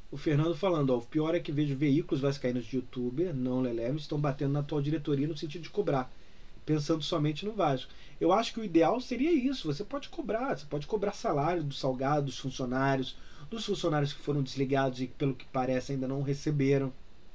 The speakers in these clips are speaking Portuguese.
O Fernando falando, ó, o pior é que vejo veículos vascaínos de youtuber, não Leleves, estão batendo na atual diretoria no sentido de cobrar, pensando somente no Vasco. Eu acho que o ideal seria isso, você pode cobrar salário do Salgado, dos funcionários que foram desligados e pelo que parece ainda não receberam.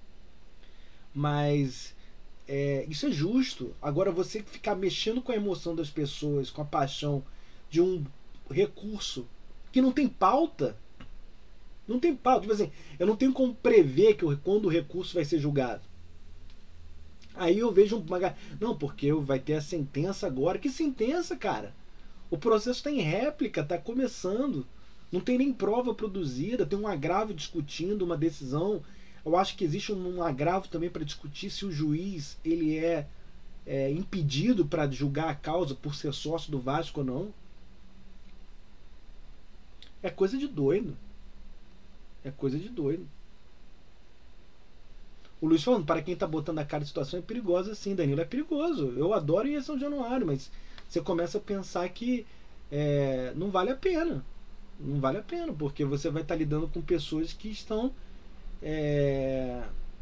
Mas isso é justo. Agora você ficar mexendo com a emoção das pessoas, com a paixão de um recurso que não tem pauta, não tem pauta. Tipo assim, eu não tenho como prever quando o recurso vai ser julgado. Aí eu vejo uma. Não, porque vai ter a sentença agora. Que sentença, cara? O processo está em réplica, está começando. Não tem nem prova produzida, tem um agravo discutindo uma decisão. Eu acho que existe um agravo também para discutir se o juiz ele é impedido para julgar a causa por ser sócio do Vasco ou não. É coisa de doido. É coisa de doido. O Luiz falando, para quem tá botando a cara de situação é perigosa sim, Danilo. É perigoso. Eu adoro ir a São Januário, mas você começa a pensar que não vale a pena. Não vale a pena, porque você vai estar lidando com pessoas que estão é,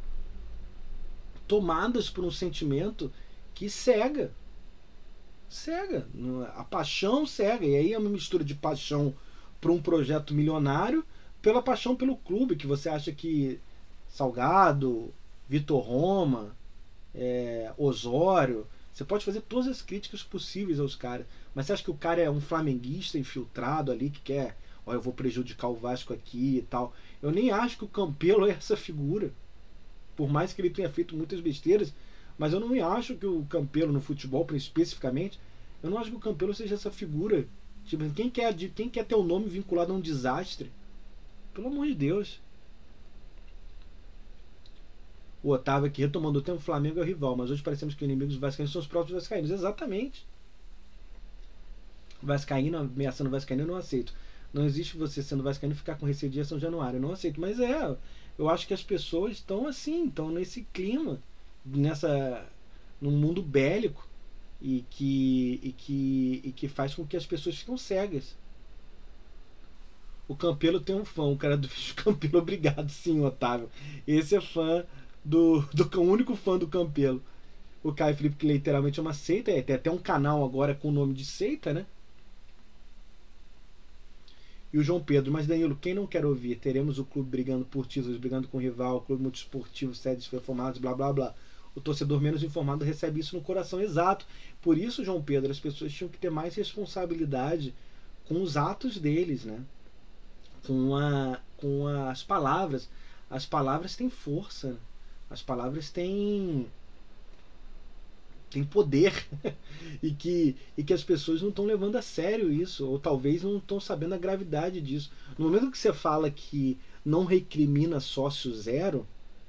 tomadas por um sentimento que cega. Cega. A paixão cega. E aí é uma mistura de paixão por um projeto milionário pela paixão pelo clube, que você acha que Salgado, Vitor Roma, Osório. Você pode fazer todas as críticas possíveis aos caras, mas você acha que o cara é um flamenguista infiltrado ali que quer, ó, eu vou prejudicar o Vasco aqui e tal? Eu nem acho que o Campelo é essa figura, por mais que ele tenha feito muitas besteiras, mas eu não acho que o Campelo no futebol, especificamente, eu não acho que o Campelo seja essa figura. Tipo, quem quer ter o nome vinculado a um desastre? Pelo amor de Deus. O Otávio aqui retomando o tempo, o Flamengo é o rival, mas hoje parecemos que os inimigos vascaínos são os próprios vascaínos. Exatamente. Vascaíno ameaçando vascaíno eu não aceito. Não existe você sendo vascaíno ficar com receio de São Januário. Eu não aceito. Mas eu acho que as pessoas estão assim, estão nesse clima, num mundo bélico e que faz com que as pessoas ficam cegas. O Campelo tem um fã, o cara do Campelo, obrigado sim, Otávio. Esse é fã do único fã do Campelo. O Caio Felipe, que literalmente é uma seita, tem até um canal agora com o nome de seita, né? E o João Pedro, mas Danilo, quem não quer ouvir? Teremos o clube brigando por títulos, brigando com o rival, o clube multiesportivo, sedes reformados, blá blá blá. O torcedor menos informado recebe isso no coração, exato. Por isso, João Pedro, as pessoas tinham que ter mais responsabilidade com os atos deles, né? Com as palavras. As palavras têm força. As palavras têm poder. e que as pessoas não estão levando a sério isso. Ou talvez não estão sabendo a gravidade disso. No momento que você fala que não recrimina sócio zero,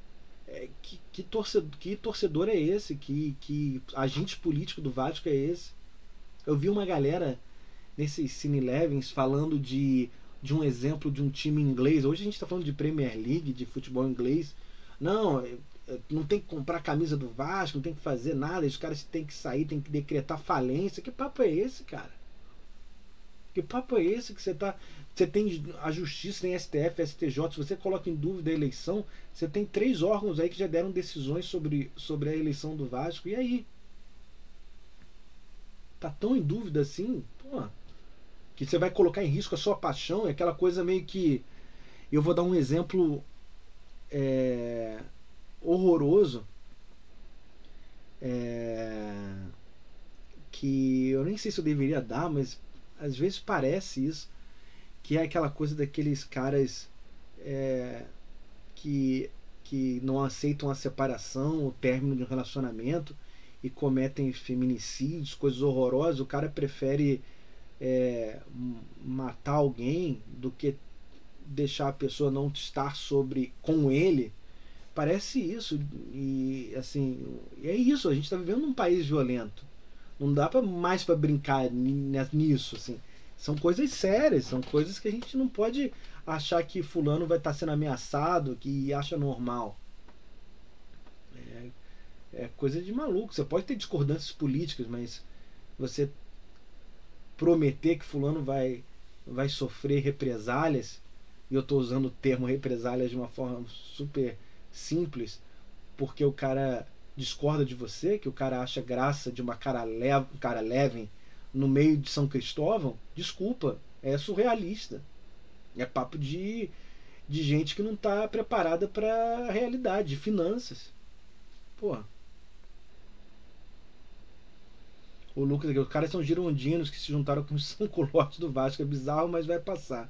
que torcedor é esse? Que agente político do Vasco é esse? Eu vi uma galera nesses Cine Levens falando de um exemplo de um time inglês. Hoje a gente está falando de Premier League, de futebol inglês. Não, não tem que comprar a camisa do Vasco, não tem que fazer nada, os caras têm que sair, tem que decretar falência. Que papo é esse, cara? Que papo é esse que você tá. Você tem a justiça, tem STF, STJ. Se você coloca em dúvida a eleição, você tem 3 órgãos aí que já deram decisões sobre a eleição do Vasco. E aí? Tá tão em dúvida assim? Pô, que você vai colocar em risco a sua paixão, é aquela coisa meio que. Eu vou dar um exemplo horroroso, é, que eu nem sei se eu deveria dar, mas às vezes parece isso, que é aquela coisa daqueles caras é, que, que não aceitam a separação, o término de um relacionamento e cometem feminicídios, coisas horrorosas. O cara prefere matar alguém do que deixar a pessoa não estar com ele. Parece isso. E assim, é isso, a gente está vivendo num país violento. Não dá mais para brincar nisso, assim. São coisas sérias, são coisas que a gente não pode achar que fulano vai estar sendo ameaçado, que acha normal. É coisa de maluco. Você pode ter discordâncias políticas, mas você prometer que fulano vai sofrer represálias e eu estou usando o termo represálias de uma forma super simples, porque o cara discorda de você, que o cara acha graça de uma cara leve no meio de São Cristóvão, desculpa, é surrealista. É papo de gente que não está preparada para a realidade, de finanças. Porra. O Lucas aqui, os caras são girondinos que se juntaram com os São Colotes do Vasco. É bizarro, mas vai passar.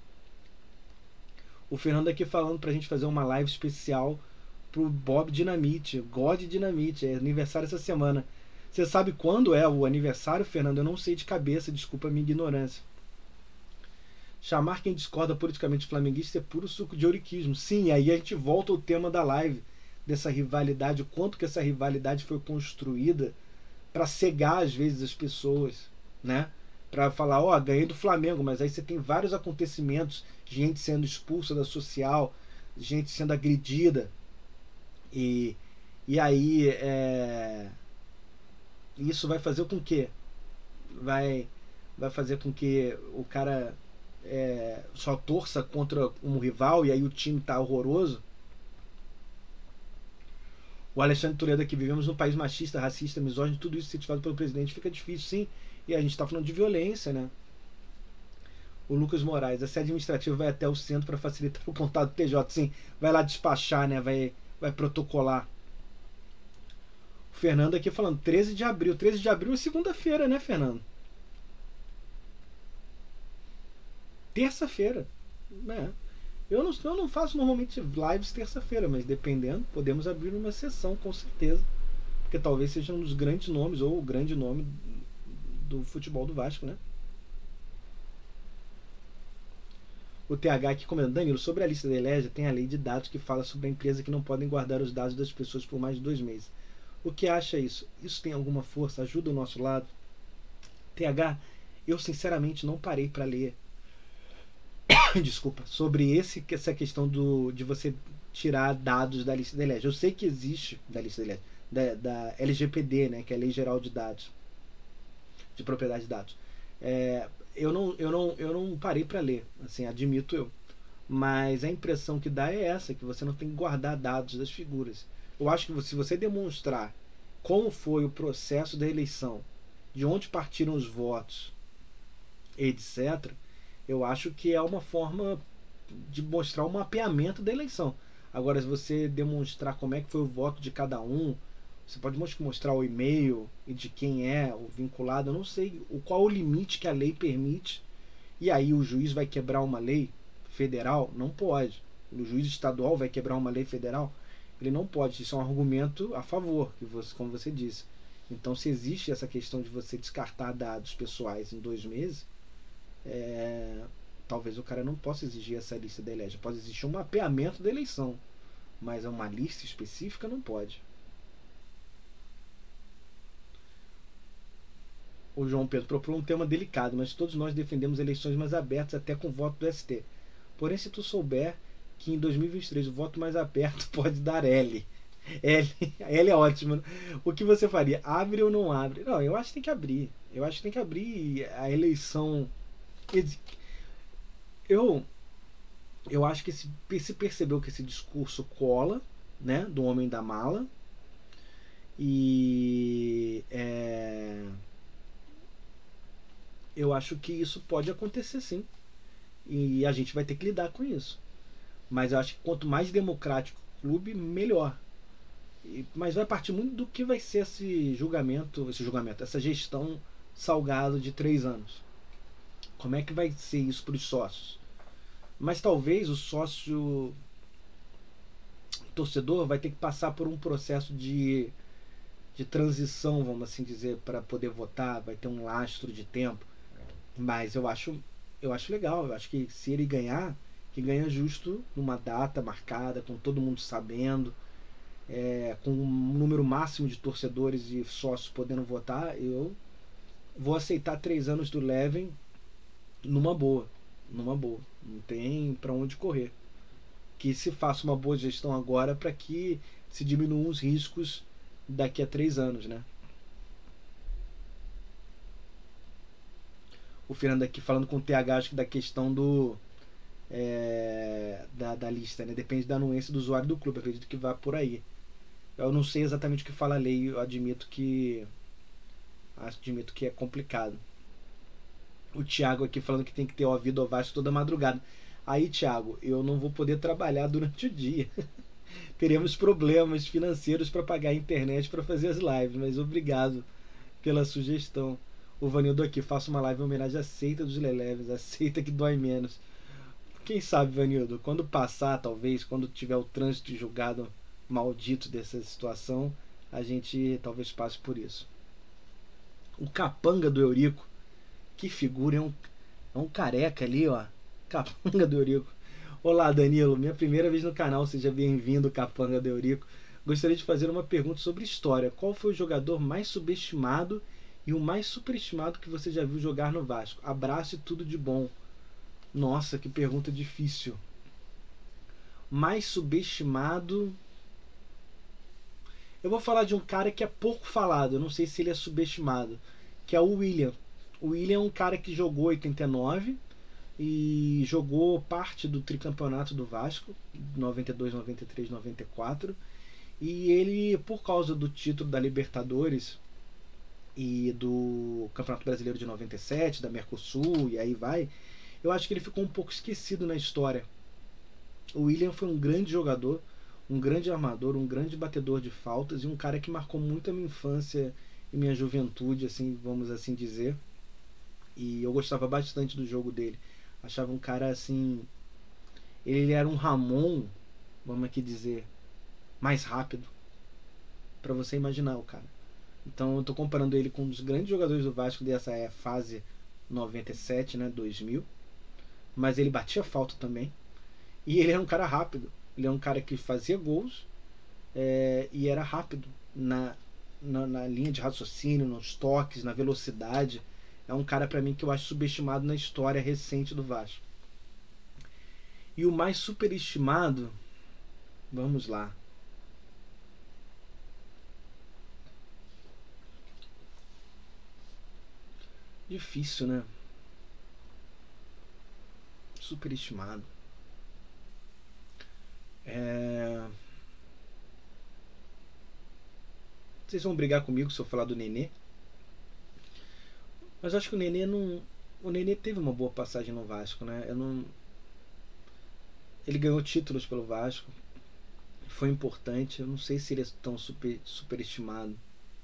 O Fernando aqui falando pra gente fazer uma live especial pro Bob Dinamite, God Dinamite. É aniversário essa semana. Você sabe quando é o aniversário, Fernando? Eu não sei de cabeça, desculpa a minha ignorância. Chamar quem discorda politicamente flamenguista é puro suco de ouriquismo. Sim, aí a gente volta ao tema da live, dessa rivalidade, o quanto que essa rivalidade foi construída para cegar às vezes as pessoas, né? Para falar, ó, ganhei do Flamengo, mas aí você tem vários acontecimentos, gente sendo expulsa da social, gente sendo agredida, e, e aí isso vai fazer com que vai fazer com que o cara só torça contra um rival e aí o time tá horroroso. O Alexandre Toledo aqui, vivemos num país machista, racista, misógino, tudo isso incentivado pelo presidente, fica difícil sim, e a gente está falando de violência, né? O Lucas Moraes, a sede administrativa vai até o centro para facilitar o contato do TJ, sim, vai lá despachar, né? Vai protocolar. O Fernando aqui falando, 13 de abril é segunda-feira, né, Fernando? Terça-feira, né? Eu não faço normalmente lives terça-feira, mas dependendo, podemos abrir uma sessão com certeza. Porque talvez seja um dos grandes nomes, ou o grande nome do futebol do Vasco, né? O TH aqui comentando, Danilo, sobre a lista da Eleja, tem a lei de dados que fala sobre a empresa que não podem guardar os dados das pessoas por mais de 2 meses. O que acha isso? Isso tem alguma força? Ajuda o nosso lado? TH, eu sinceramente não parei para ler desculpa, sobre essa questão de você tirar dados da lista da Eleja. Eu sei que existe da lista da Eleja, da LGPD, né, que é a Lei Geral de Dados, de Propriedade de Dados. Eu não parei para ler, assim, admito eu. Mas a impressão que dá é essa, que você não tem que guardar dados das figuras. Eu acho que se você demonstrar como foi o processo da eleição, de onde partiram os votos, etc., eu acho que é uma forma de mostrar um mapeamento da eleição. Agora, se você demonstrar como é que foi o voto de cada um, você pode mostrar o e-mail e de quem é o vinculado. Eu não sei qual o limite que a lei permite. E aí o juiz vai quebrar uma lei federal? Não pode. O juiz estadual vai quebrar uma lei federal? Ele não pode. Isso é um argumento a favor, como você disse. Então, se existe essa questão de você descartar dados pessoais em 2 meses, talvez o cara não possa exigir essa lista da Eleja. Pode existir um mapeamento da eleição, mas uma lista específica não pode. O João Pedro propôs um tema delicado, mas todos nós defendemos eleições mais abertas, até com voto do ST. Porém, se tu souber que em 2023 o voto mais aberto pode dar L. L é ótimo. O que você faria? Abre ou não abre? Não, eu acho que tem que abrir. Eu acho que tem que abrir a eleição. Eu acho que se percebeu que esse discurso cola, né, do homem da mala, e eu acho que isso pode acontecer sim, e a gente vai ter que lidar com isso. Mas eu acho que quanto mais democrático o clube, melhor. Mas vai partir muito do que vai ser esse julgamento, essa gestão Salgado de 3 anos. Como é que vai ser isso para os sócios? Mas talvez o sócio torcedor vai ter que passar por um processo de transição, vamos assim dizer, para poder votar, vai ter um lastro de tempo. Mas eu acho legal, eu acho que se ele ganhar, que ganha justo numa data marcada, com todo mundo sabendo, com um número máximo de torcedores e sócios podendo votar, eu vou aceitar 3 anos do Leven numa boa. Não tem para onde correr. Que se faça uma boa gestão agora para que se diminuam os riscos daqui a 3 anos, né? O Fernando aqui falando com o TH, acho que da questão da lista, né? Depende da anuência do usuário do clube. Acredito que vá por aí. Eu não sei exatamente o que fala a lei. Eu admito que é complicado. O Thiago aqui falando que tem que ter ouvido ao Vasco toda madrugada. Aí, Thiago, eu não vou poder trabalhar durante o dia. Teremos problemas financeiros para pagar a internet para fazer as lives, mas obrigado pela sugestão. O Vanildo aqui, faça uma live em homenagem à seita dos Leleves, a seita que dói menos. Quem sabe, Vanildo, quando passar, talvez, quando tiver o trânsito julgado maldito dessa situação, a gente talvez passe por isso. O capanga do Eurico, que figura, é um careca ali, ó. Capanga do Eurico. Olá, Danilo, minha primeira vez no canal, seja bem-vindo, Capanga do Eurico. Gostaria de fazer uma pergunta sobre história. Qual foi o jogador mais subestimado e o mais superestimado que você já viu jogar no Vasco? Abraço e tudo de bom. Nossa, que pergunta difícil. Mais subestimado... Eu vou falar de um cara que é pouco falado, eu não sei se ele é subestimado, que é o William. O William é um cara que jogou 89 e jogou parte do tricampeonato do Vasco, 92, 93, 94. E ele, por causa do título da Libertadores e do Campeonato Brasileiro de 97, da Mercosul, e aí vai, eu acho que ele ficou um pouco esquecido na história. O William foi um grande jogador, um grande armador, um grande batedor de faltas e um cara que marcou muito a minha infância e minha juventude, assim, vamos assim dizer. E eu gostava bastante do jogo dele. Achava um cara assim... Ele era um Ramon, vamos aqui dizer, mais rápido. Pra você imaginar o cara. Então eu tô comparando ele com um dos grandes jogadores do Vasco dessa fase 97, né, 2000. Mas ele batia falta também. E ele era um cara rápido. Ele é um cara que fazia gols e era rápido na linha de raciocínio, nos toques, na velocidade. É um cara pra mim que eu acho subestimado na história recente do Vasco. E o mais superestimado, vamos lá. Difícil, né? Superestimado. Vocês vão brigar comigo se eu falar do Nenê? Mas acho que o Nenê não... O Nenê teve uma boa passagem no Vasco, né? Ele ganhou títulos pelo Vasco. Foi importante. Eu não sei se ele é tão superestimado.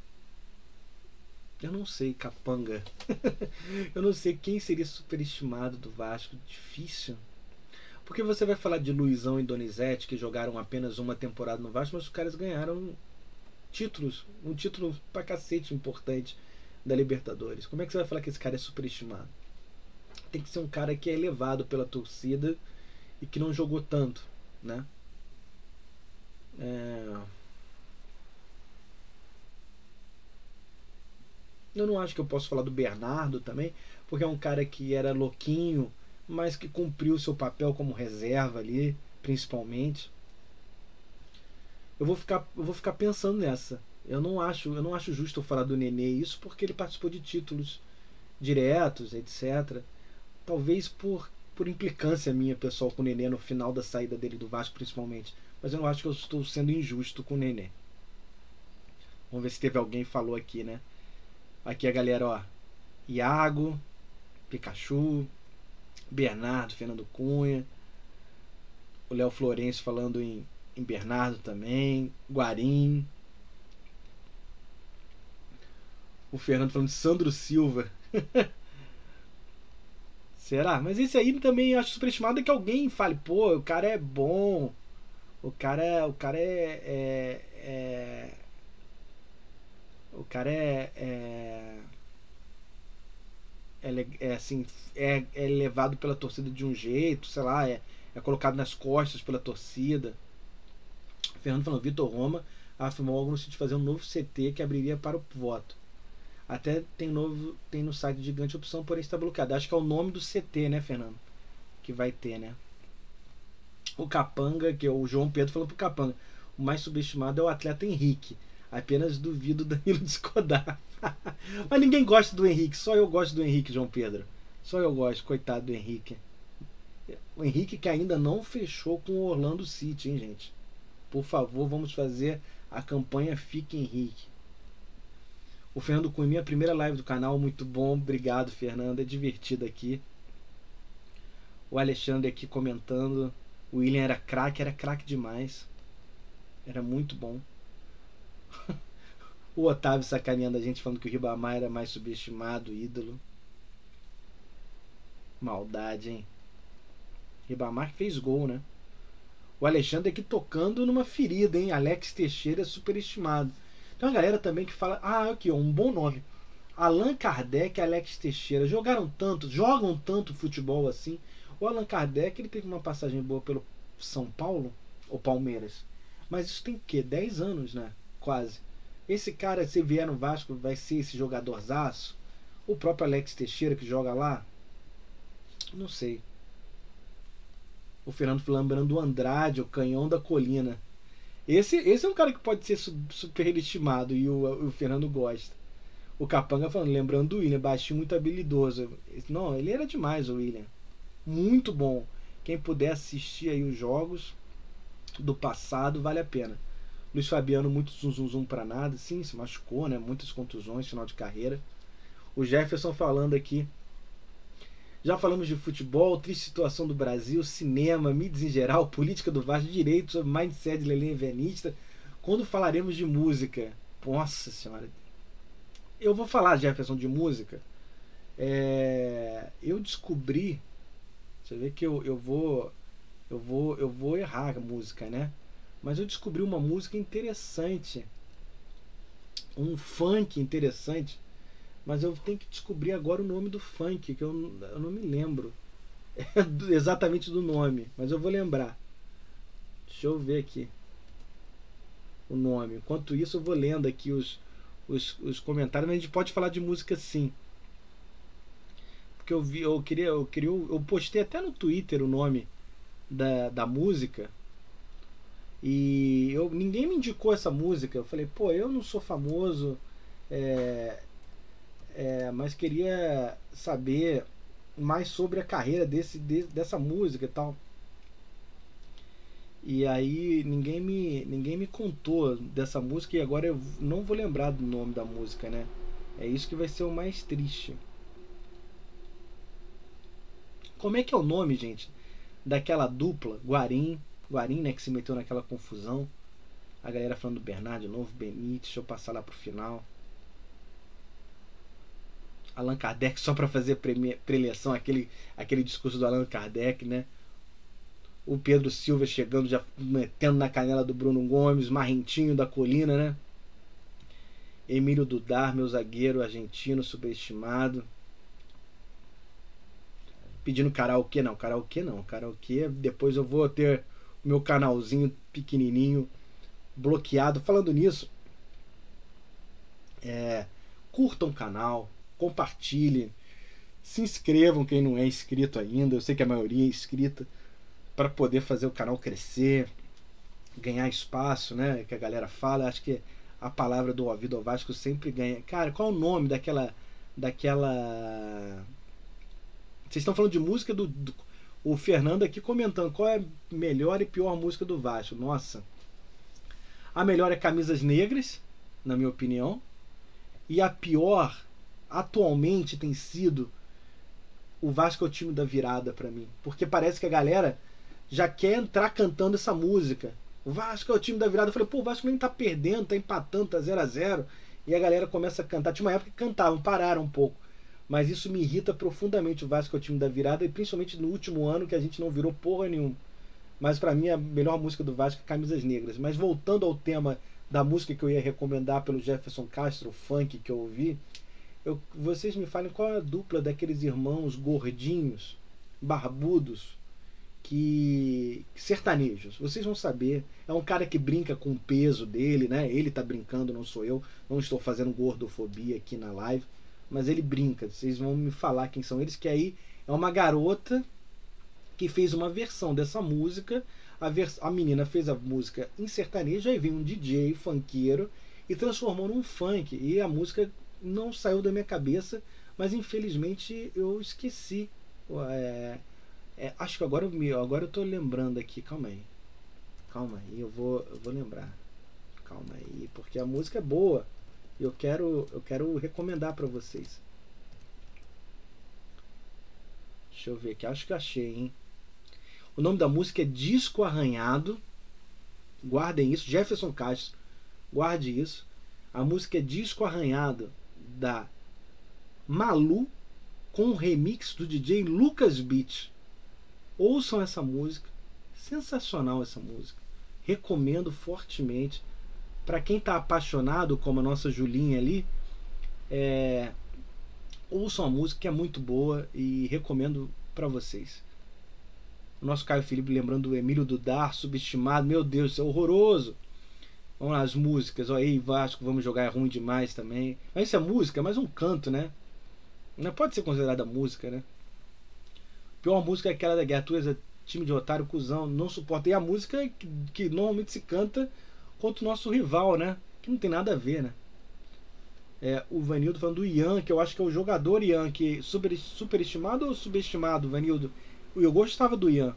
Eu não sei, Capanga. Eu não sei quem seria superestimado do Vasco. Difícil. Porque você vai falar de Luizão e Donizete, que jogaram apenas uma temporada no Vasco, mas os caras ganharam títulos. Um título pra cacete importante da Libertadores. Como é que você vai falar que esse cara é superestimado? Tem que ser um cara que é elevado pela torcida e que não jogou tanto, né? Eu não acho que eu posso falar do Bernardo também, porque é um cara que era louquinho, mas que cumpriu o seu papel como reserva ali, principalmente. Eu vou ficar pensando nessa. Eu não acho justo eu falar do Nenê isso, porque ele participou de títulos diretos, etc. Talvez por implicância minha pessoal com o Nenê no final da saída dele do Vasco, principalmente. Mas eu não acho que eu estou sendo injusto com o Nenê. Vamos ver se teve alguém que falou aqui, né? Aqui a galera, ó. Iago, Pikachu, Bernardo, Fernando Cunha, o Léo Florencio falando em Bernardo também, Guarim, o Fernando falando de Sandro Silva. Será? Mas esse aí também eu acho superestimado, é que alguém fale, pô, o cara é bom, o cara assim, é levado pela torcida de um jeito, sei lá, é colocado nas costas pela torcida. Fernando falando, Vitor Roma afirmou algo no sentido de fazer um novo CT que abriria para o voto. Até tem no site Gigante a opção, porém está bloqueado. Acho que é o nome do CT, né, Fernando? Que vai ter, né? O Capanga, que é o João Pedro falando pro Capanga, o mais subestimado é o atleta Henrique. Apenas duvido do Danilo discordar. Mas ninguém gosta do Henrique, só eu gosto do Henrique, João Pedro. Só eu gosto, coitado do Henrique. O Henrique que ainda não fechou com o Orlando City, hein, gente? Por favor, vamos fazer a campanha Fique Henrique. O Fernando Cunha, minha primeira live do canal, muito bom. Obrigado, Fernando. É divertido aqui. O Alexandre aqui comentando. O William era craque demais. Era muito bom. O Otávio sacaneando a gente, falando que o Ribamar era mais subestimado, ídolo. Maldade, hein? Ribamar fez gol, né? O Alexandre aqui tocando numa ferida, hein? Alex Teixeira é superestimado. Tem uma galera também que fala... Ah, aqui, ó, um bom nome. Allan Kardec e Alex Teixeira jogam tanto futebol assim. O Allan Kardec, ele teve uma passagem boa pelo São Paulo, ou Palmeiras. Mas isso tem o quê? 10 anos, né? Quase. Esse cara, se vier no Vasco, vai ser esse jogadorzaço? O próprio Alex Teixeira que joga lá? Não sei. O Fernando lembrando do Andrade, o Canhão da Colina. Esse é um cara que pode ser superestimado e o Fernando gosta. O Capanga falando, lembrando do William, baixinho, muito habilidoso. Não, ele era demais, o William. Muito bom. Quem puder assistir aí os jogos do passado, vale a pena. Luiz Fabiano, muito zum pra nada. Sim, se machucou, né? Muitas contusões, final de carreira. O Jefferson falando aqui. Já falamos de futebol, triste situação do Brasil, cinema, mídias em geral, política do Vasco, direito, sobre mindset de Lelê Vianista. Quando falaremos de música? Nossa senhora. Eu vou falar, Jefferson, de música. Eu descobri. Você vê que eu vou errar a música, né? Mas eu descobri uma música interessante. Um funk interessante. Mas eu tenho que descobrir agora o nome do funk, que eu não me lembro exatamente do nome, mas eu vou lembrar. Deixa eu ver aqui o nome. Enquanto isso eu vou lendo aqui os comentários, mas a gente pode falar de música sim. Porque eu postei até no Twitter o nome da música. E ninguém me indicou essa música. Eu falei, pô, eu não sou famoso. Mas queria saber mais sobre a carreira dessa música e tal. E aí ninguém me contou dessa música e agora eu não vou lembrar do nome da música, né? É isso que vai ser o mais triste. Como é que é o nome, gente, daquela dupla, Guarim, né, que se meteu naquela confusão. A galera falando do Bernardo de novo, Benítez, deixa eu passar lá pro final. Allan Kardec só para fazer preleção, aquele discurso do Allan Kardec, né? O Pedro Silva chegando, já metendo na canela do Bruno Gomes, Marrentinho da Colina, né? Emílio Dudar, meu zagueiro argentino superestimado. Pedindo karaokê, não, karaokê depois eu vou ter o meu canalzinho pequenininho bloqueado. Falando nisso, curtam o canal, compartilhem, se inscrevam quem não é inscrito ainda, eu sei que a maioria é inscrita, para poder fazer o canal crescer, ganhar espaço, né, que a galera fala. Acho que a palavra do Ouvido ao Vasco sempre ganha. Cara, qual é o nome daquela vocês estão falando de música o Fernando aqui comentando qual é a melhor e pior música do Vasco. Nossa, a melhor é Camisas Negras, na minha opinião, e a pior atualmente tem sido o Vasco é o time da virada pra mim, porque parece que a galera já quer entrar cantando essa música. O Vasco é o time da virada. Eu falei, pô, o Vasco nem tá perdendo, tá empatando, tá 0-0, e a galera começa a cantar. Tinha uma época que cantavam, pararam um pouco, mas isso me irrita profundamente. O Vasco é o time da virada, e principalmente no último ano que a gente não virou porra nenhuma. Mas pra mim a melhor música do Vasco é Camisas Negras. Mas voltando ao tema da música que eu ia recomendar pelo Jefferson Castro, o funk que eu ouvi, vocês me falem qual é a dupla daqueles irmãos gordinhos, barbudos, que sertanejos. Vocês vão saber. É um cara que brinca com o peso dele, né? Ele tá brincando, não sou eu. Não estou fazendo gordofobia aqui na live, mas ele brinca. Vocês vão me falar quem são eles, que aí é uma garota que fez uma versão dessa música. A menina fez a música em sertanejo, aí veio um DJ funkeiro e transformou num funk. E a música não saiu da minha cabeça, mas infelizmente eu esqueci. Acho que agora eu tô lembrando aqui. Calma aí. Calma aí, eu vou lembrar. Calma aí, porque a música é boa. E eu quero recomendar pra vocês. Deixa eu ver aqui, acho que achei, hein? O nome da música é Disco Arranhado. Guardem isso, Jefferson Castro. Guarde isso. A música é Disco Arranhado, da Malu, com o remix do DJ Lucas Beach. Ouçam essa música. Sensacional essa música. Recomendo fortemente. Para quem está apaixonado, como a nossa Julinha ali, ouçam a música que é muito boa e recomendo para vocês. O nosso Caio Felipe lembrando do Emílio Dudar, Subestimado. Meu Deus, isso é horroroso. Vamos lá, as músicas. Olha aí, Vasco, vamos jogar, é ruim demais também. Mas isso é música, é mais um canto, né? Não pode ser considerada música, né? A pior música é aquela da Guerra. Tu és time de otário, cuzão, não suporta. E a música que normalmente se canta contra o nosso rival, né? Que não tem nada a ver, né? O Vanildo falando do Ian, que eu acho que é o jogador Ian, que superestimado ou subestimado, Vanildo? Eu gostava do Ian.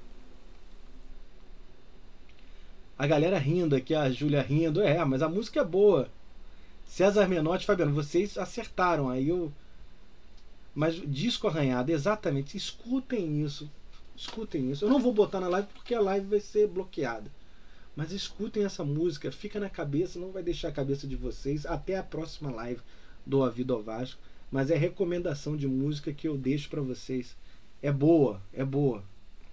A galera rindo aqui, a Júlia rindo. Mas a música é boa. César Menotti, Fabiano, vocês acertaram. Mas Disco Arranhado, exatamente. Escutem isso. Escutem isso. Eu não vou botar na live porque a live vai ser bloqueada. Mas escutem essa música, fica na cabeça, não vai deixar a cabeça de vocês. Até a próxima live do A Vida ao Vasco. Mas é recomendação de música que eu deixo pra vocês. É boa, é boa.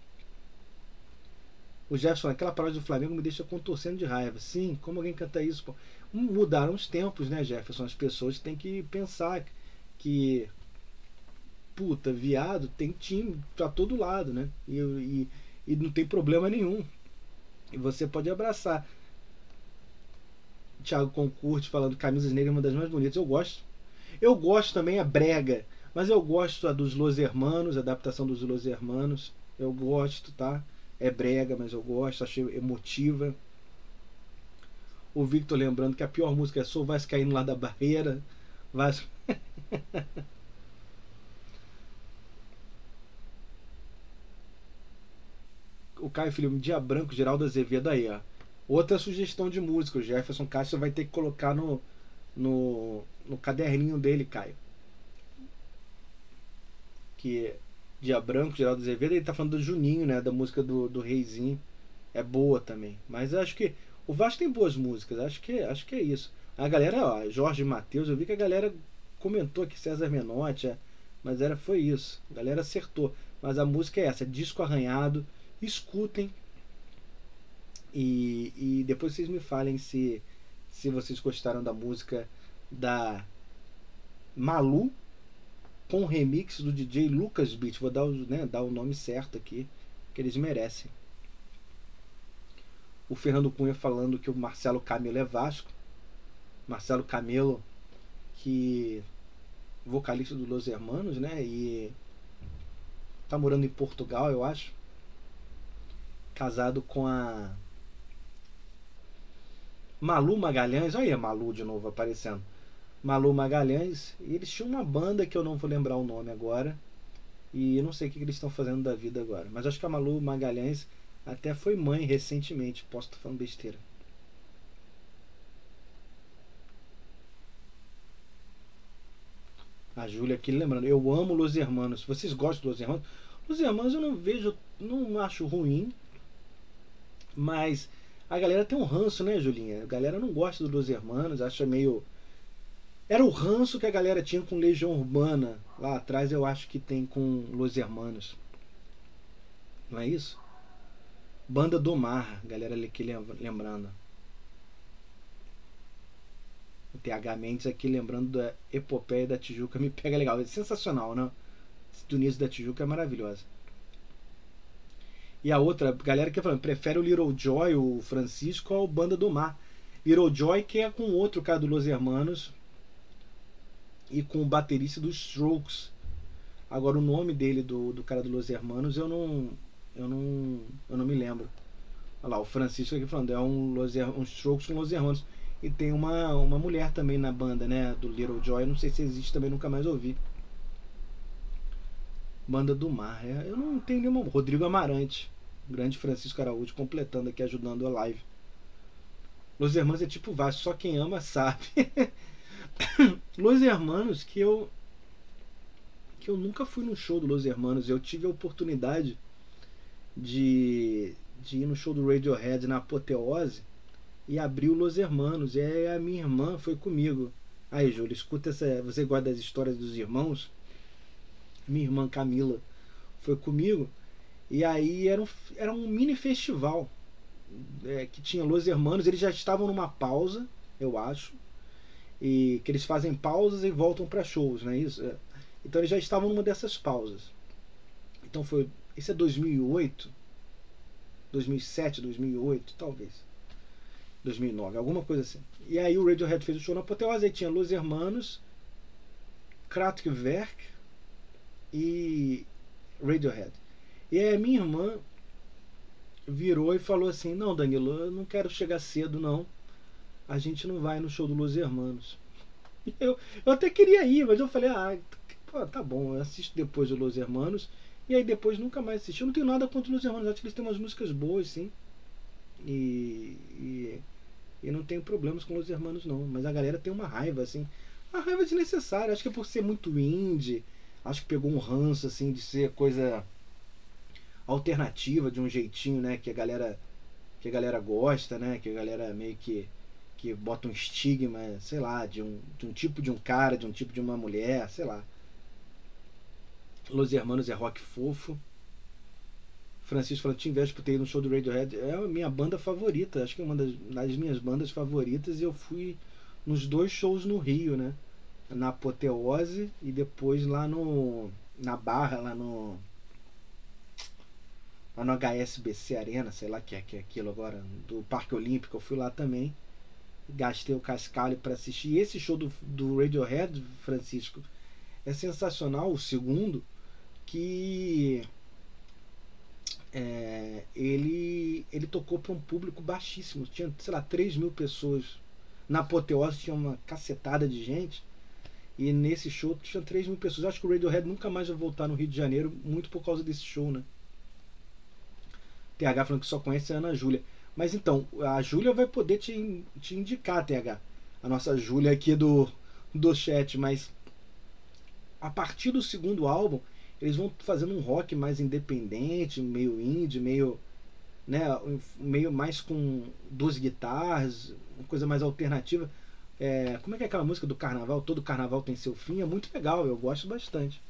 O Jefferson, aquela paródia do Flamengo me deixa contorcendo de raiva. Sim, como alguém canta isso? Pô? Mudaram os tempos, né, Jefferson? As pessoas têm que pensar que puta, viado tem time pra todo lado, né? E não tem problema nenhum. E você pode abraçar. Thiago Concurte falando Camisas Negras é uma das mais bonitas. Eu gosto. Eu gosto também, a brega. Mas eu gosto a dos Los Hermanos, a adaptação dos Los Hermanos. Eu gosto, tá? É brega, mas eu gosto, achei emotiva. O Victor lembrando que a pior música é Sou Vascaíno lá da Barreira. Vasco. O Caio Felipe, Dia Branco, Geraldo Azevedo aí, ó. Outra sugestão de música, o Jefferson Castro vai ter que colocar no caderninho dele, Caio. Que Dia Branco, Geraldo Azevedo, ele tá falando do Juninho, né? Da música do Reizinho. É boa também. Mas eu acho que o Vasco tem boas músicas, acho que é isso. A galera, ó, Jorge Matheus, eu vi que a galera comentou aqui César Menotti, mas foi isso. A galera acertou. Mas a música é essa, Disco Arranhado. Escutem e depois vocês me falem se vocês gostaram da música da Malu com remix do DJ Lucas Beat. Vou dar o nome certo aqui, que eles merecem. O Fernando Cunha falando que o Marcelo Camelo é Vasco. Marcelo Camelo, que vocalista do Los Hermanos, né? E tá morando em Portugal, eu acho. Casado com a Malu Magalhães. Olha aí a Malu de novo aparecendo. Malu Magalhães. E eles tinham uma banda que eu não vou lembrar o nome agora. E eu não sei o que eles estão fazendo da vida agora. Mas acho que a Malu Magalhães até foi mãe recentemente. Posso estar falando besteira. A Júlia aqui lembrando. Eu amo Los Hermanos. Vocês gostam dos Los Hermanos? Los Hermanos eu não vejo, não acho ruim. Mas a galera tem um ranço, né, Julinha? A galera não gosta do Los Hermanos, acha meio... Era o ranço que a galera tinha com Legião Urbana. Lá atrás eu acho que tem com Los Hermanos. Não é isso? Banda do Mar, galera aqui lembrando. O TH Mendes aqui lembrando da Epopeia da Tijuca. Me pega legal, é sensacional, né? Tunísia da Tijuca é maravilhosa. E a outra galera que falando, prefere o Little Joy, o Francisco, ao Banda do Mar. Little Joy que é com outro cara do Los Hermanos e com o baterista dos Strokes. Agora o nome dele do cara do Los Hermanos eu não me lembro. Olha lá, o Francisco aqui falando, é um Strokes com Los Hermanos. E tem uma mulher também na banda, né, do Little Joy. Não sei se existe também, nunca mais ouvi. Banda do Mar. Eu não tenho nenhuma. Rodrigo Amarante. Grande Francisco Araújo completando aqui, ajudando a live. Los Hermanos é tipo Vasco, só quem ama sabe. Los Hermanos, que eu nunca fui no show do Los Hermanos. Eu tive a oportunidade de ir no show do Radiohead na Apoteose e abrir o Los Hermanos. E aí a minha irmã foi comigo. Aí, Júlio, escuta essa. Você gosta das histórias dos irmãos? Minha irmã Camila foi comigo. E aí era um mini festival que tinha Los Hermanos. Eles já estavam numa pausa, eu acho. E que eles fazem pausas e voltam para shows, não é isso? Então eles já estavam numa dessas pausas. Então foi. Esse é 2008, 2007, 2008, talvez. 2009, alguma coisa assim. E aí o Radiohead fez o show na Apoteose. Aí tinha Los Hermanos, Kraftwerk e Radiohead. E aí a minha irmã virou e falou assim: não, Danilo, eu não quero chegar cedo, não. A gente não vai no show do Los Hermanos. Eu até queria ir, mas eu falei: pô, tá bom, eu assisto depois do Los Hermanos. E aí depois nunca mais assisti. Eu não tenho nada contra os Los Hermanos, acho que eles têm umas músicas boas, sim. E não tenho problemas com Los Hermanos, não. Mas a galera tem uma raiva, assim. Uma raiva desnecessária. Acho que é por ser muito indie. Acho que pegou um ranço, assim, de ser coisa alternativa, de um jeitinho, né? Que a galera gosta, né? Que a galera meio que bota um estigma, sei lá, de um tipo de um cara, de um tipo de uma mulher, sei lá. Los Hermanos é rock fofo. Francisco falando: tinha inveja por ter ido no show do Radiohead. É a minha banda favorita, acho que é uma das minhas bandas favoritas. E eu fui nos 2 shows no Rio, né? Na Apoteose e depois lá na Barra, lá no HSBC Arena, sei lá que é aquilo agora, do Parque Olímpico. Eu fui lá também, gastei o cascalho para assistir. E esse show do Radiohead, Francisco, é sensacional. O segundo, que ele tocou para um público baixíssimo. Tinha, sei lá, 3.000 pessoas. Na Apoteose tinha uma cacetada de gente. E nesse show tinha 3.000 pessoas. Acho que o Radiohead nunca mais vai voltar no Rio de Janeiro, muito por causa desse show, né? TH falando que só conhece a Ana Júlia. Mas então, a Júlia vai poder te indicar, TH. A nossa Júlia aqui do chat. Mas a partir do segundo álbum, eles vão fazendo um rock mais independente, meio indie, meio, né, meio mais com 2 guitarras, uma coisa mais alternativa. Como é que é aquela música do carnaval? Todo carnaval tem seu fim. É muito legal, eu gosto bastante.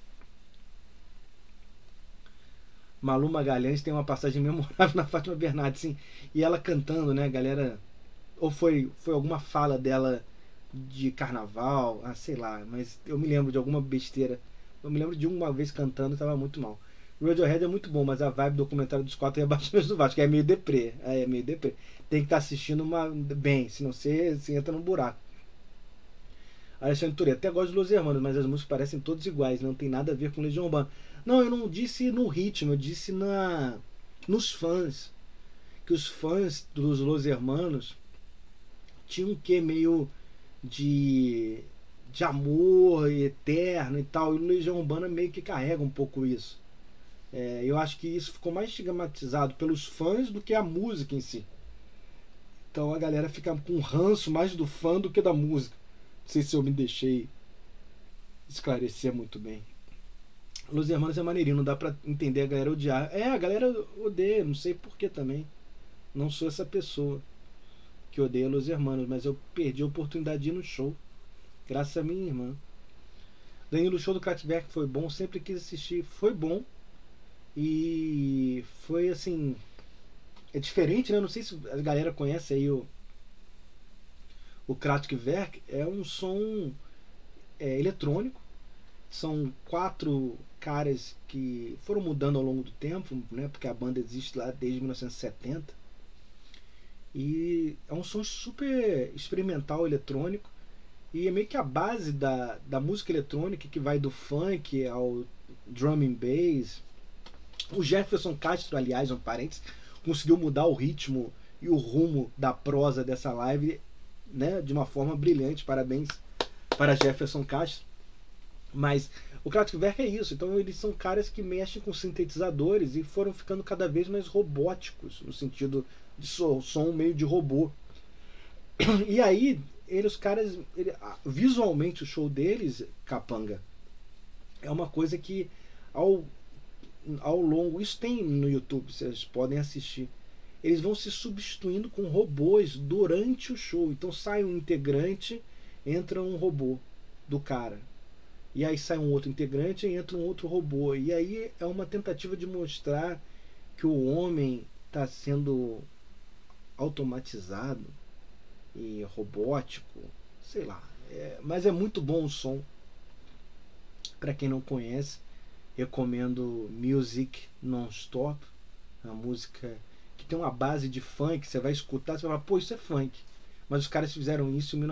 Malu Magalhães tem uma passagem memorável na Fátima Bernardes, sim. E ela cantando, né, galera? Ou foi alguma fala dela de carnaval, sei lá, mas eu me lembro de alguma besteira. Eu me lembro de uma vez cantando e tava muito mal. Radiohead é muito bom, mas a vibe do documentário dos 4 é abaixo do Vasco. É meio deprê. É meio deprê. Tem que estar assistindo bem, senão você entra no buraco. Alexandre Touré, até gosto de Los Hermanos, mas as músicas parecem todas iguais, não tem nada a ver com Legião Urbana. Não, eu não disse no ritmo, eu disse nos fãs. Que os fãs dos Los Hermanos tinham um quê meio de amor eterno e tal, e o Legião Urbana meio que carrega um pouco isso. Eu acho que isso ficou mais estigmatizado pelos fãs do que a música em si. Então a galera fica com ranço mais do fã do que da música. Não sei se eu me deixei esclarecer muito bem. Los Hermanos é maneirinho, não dá pra entender a galera odiar. A galera odeia, não sei porquê também. Não sou essa pessoa que odeia Los Hermanos, mas eu perdi a oportunidade de ir no show, graças a minha irmã. Danilo, o show do Kraftwerk foi bom, sempre quis assistir, foi bom. E foi assim, é diferente, né? Não sei se a galera conhece aí o Kraftwerk. É um som eletrônico. São 4 caras que foram mudando ao longo do tempo, né? Porque a banda existe lá desde 1970. E é um som super experimental, eletrônico. E é meio que a base da música eletrônica, que vai do funk ao drum and bass. O Jefferson Castro, aliás, um parênteses, conseguiu mudar o ritmo e o rumo da prosa dessa live, né, de uma forma brilhante. Parabéns para Jefferson Castro. Mas o Kraftwerk é isso. Então eles são caras que mexem com sintetizadores e foram ficando cada vez mais robóticos, no sentido de som meio de robô. E aí, os caras, visualmente o show deles, Capanga, é uma coisa que ao, ao longo, isso tem no YouTube, vocês podem assistir. Eles vão se substituindo com robôs durante o show. Então sai um integrante, entra um robô do cara. E aí sai um outro integrante e entra um outro robô. E aí é uma tentativa de mostrar que o homem está sendo automatizado e robótico, sei lá. Mas é muito bom o som. Para quem não conhece, recomendo Music Non-Stop, uma música que tem uma base de funk. Você vai escutar, você vai falar, pô, isso é funk. Mas os caras fizeram isso em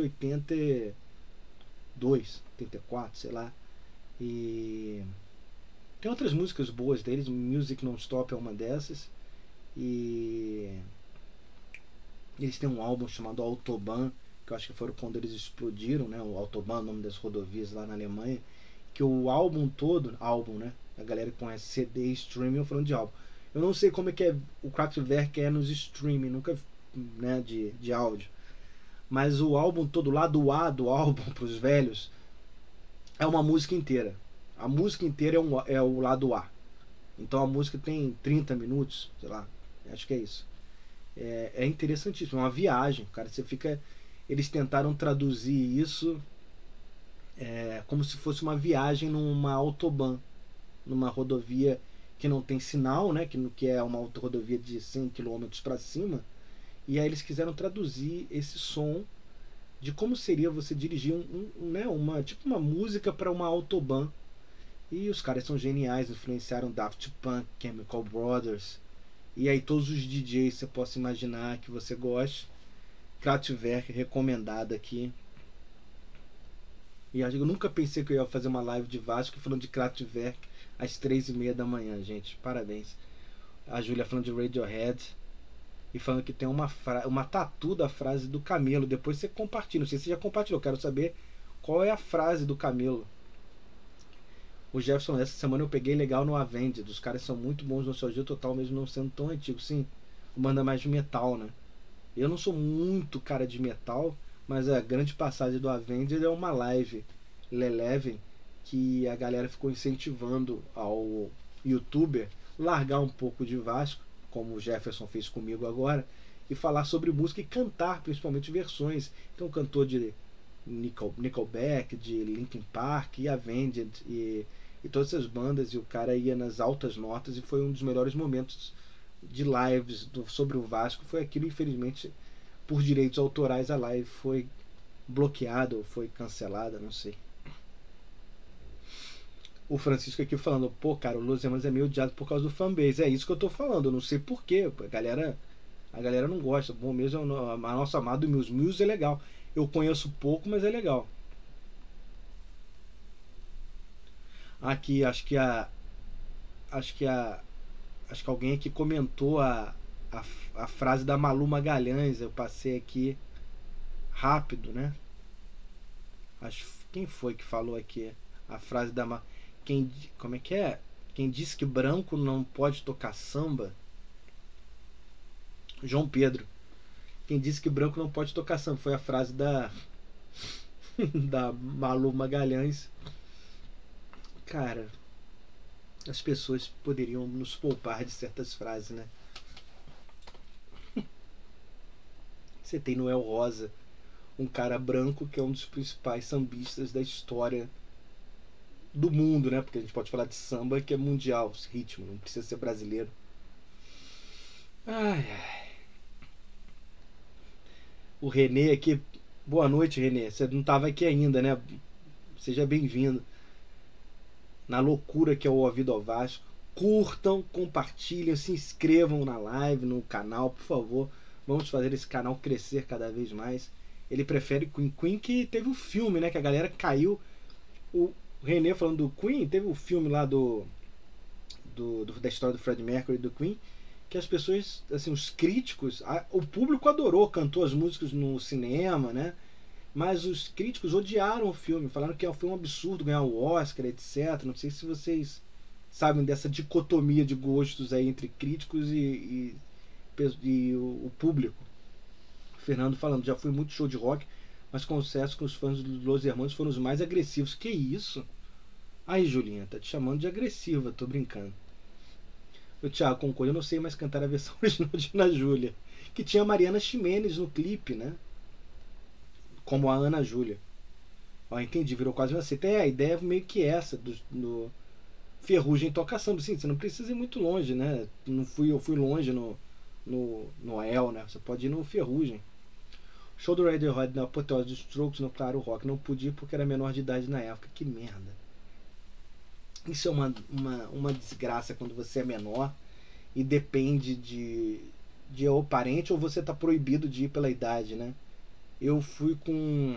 1982, 84, sei lá. E tem outras músicas boas deles, Music Non-Stop é uma dessas. E eles têm um álbum chamado Autobahn, que eu acho que foram quando eles explodiram, né? O Autobahn, o nome das rodovias lá na Alemanha. Que o álbum todo, álbum, né? A galera que conhece CD e streaming, eu falando de álbum. Eu não sei como é que é o Kraftwerk nos streaming, nunca, né, de áudio. Mas o álbum todo, lado A do álbum para os velhos, é uma música inteira. A música inteira é o lado A. Então a música tem 30 minutos, sei lá, acho que é isso. É interessantíssimo, é uma viagem, cara. Você fica. Eles tentaram traduzir isso como se fosse uma viagem numa autobahn, numa rodovia que não tem sinal, né? Que é uma rodovia de 100 quilômetros para cima. E aí eles quiseram traduzir esse som de como seria você dirigir né, tipo uma música para uma autobahn. E os caras são geniais, influenciaram Daft Punk, Chemical Brothers, e aí todos os DJs você possa imaginar que você goste. Kraftwerk recomendado aqui. E eu nunca pensei que eu ia fazer uma live de Vasco falando de Kraftwerk às 3h30 da manhã, gente. Parabéns. A Júlia falando de Radiohead e falando que tem uma tatu da frase do Camelo. Depois você compartilha. Não sei se você já compartilhou. Quero saber qual é a frase do Camelo. O Jefferson, essa semana eu peguei legal no Avenged. Os caras são muito bons no Nostalgia Total, mesmo não sendo tão antigos. Sim, manda mais de metal, né? Eu não sou muito cara de metal, mas a grande passagem do Avenged é uma live Leleven que a galera ficou incentivando ao youtuber largar um pouco de Vasco, como o Jefferson fez comigo agora, e falar sobre música e cantar principalmente versões. Então cantou de Nickelback, de Linkin Park e Avenged e todas essas bandas, e o cara ia nas altas notas, e foi um dos melhores momentos de lives sobre o Vasco. Foi aquilo. Infelizmente, por direitos autorais, a live foi bloqueada ou foi cancelada, não sei. O Francisco aqui falando, pô, cara, o Los Hermanos é meio odiado por causa do fanbase. É isso que eu tô falando, eu não sei porquê. A galera não gosta. Bom mesmo, a nossa amada Muse. Muse é legal. Eu conheço pouco, mas é legal. Aqui, acho que alguém aqui comentou a frase da Malu Magalhães. Eu passei aqui rápido, né? Quem foi que falou aqui a frase da como é que é? Quem disse que branco não pode tocar samba? João Pedro. Quem disse que branco não pode tocar samba? Foi a frase da da Malu Magalhães. Cara, as pessoas poderiam nos poupar de certas frases, né? Você tem Noel Rosa, um cara branco que é um dos principais sambistas da história do mundo, né? Porque a gente pode falar de samba que é mundial, ritmo, não precisa ser brasileiro. Ai, ai. O Renê aqui. Boa noite, Renê. Você não estava aqui ainda, né? Seja bem-vindo. Na loucura que é o Ouvido ao Vasco. Curtam, compartilhem, se inscrevam na live, no canal, por favor. Vamos fazer esse canal crescer cada vez mais. Ele prefere Queen, que teve um filme, né? Que a galera caiu. O Renê falando do Queen, teve um filme lá da história do Fred Mercury e do Queen, que as pessoas, assim, os críticos, o público adorou, cantou as músicas no cinema, né? Mas os críticos odiaram o filme, falaram que foi um absurdo ganhar o Oscar, etc. Não sei se vocês sabem dessa dicotomia de gostos aí entre críticos e o público. Fernando falando, já fui muito show de rock, mas confesso que os fãs dos Los Hermanos foram os mais agressivos. Que isso? Aí, Julinha, tá te chamando de agressiva, tô brincando. O Thiago concorda, eu não sei mais cantar a versão original de Ana Júlia, que tinha a Mariana Ximenes no clipe, né? Como a Ana Júlia. Ó, entendi, virou quase uma seita. A ideia é meio que essa, do Ferrugem toca samba. Sim, você não precisa ir muito longe, né? Eu fui longe no Noel, né? Você pode ir no Ferrugem. Show do Radiohead na apoteose dos Strokes no Claro Rock. Não pude ir porque era menor de idade na época. Que merda. Isso é uma desgraça quando você é menor e depende de ou parente ou você tá proibido de ir pela idade, né? Eu fui com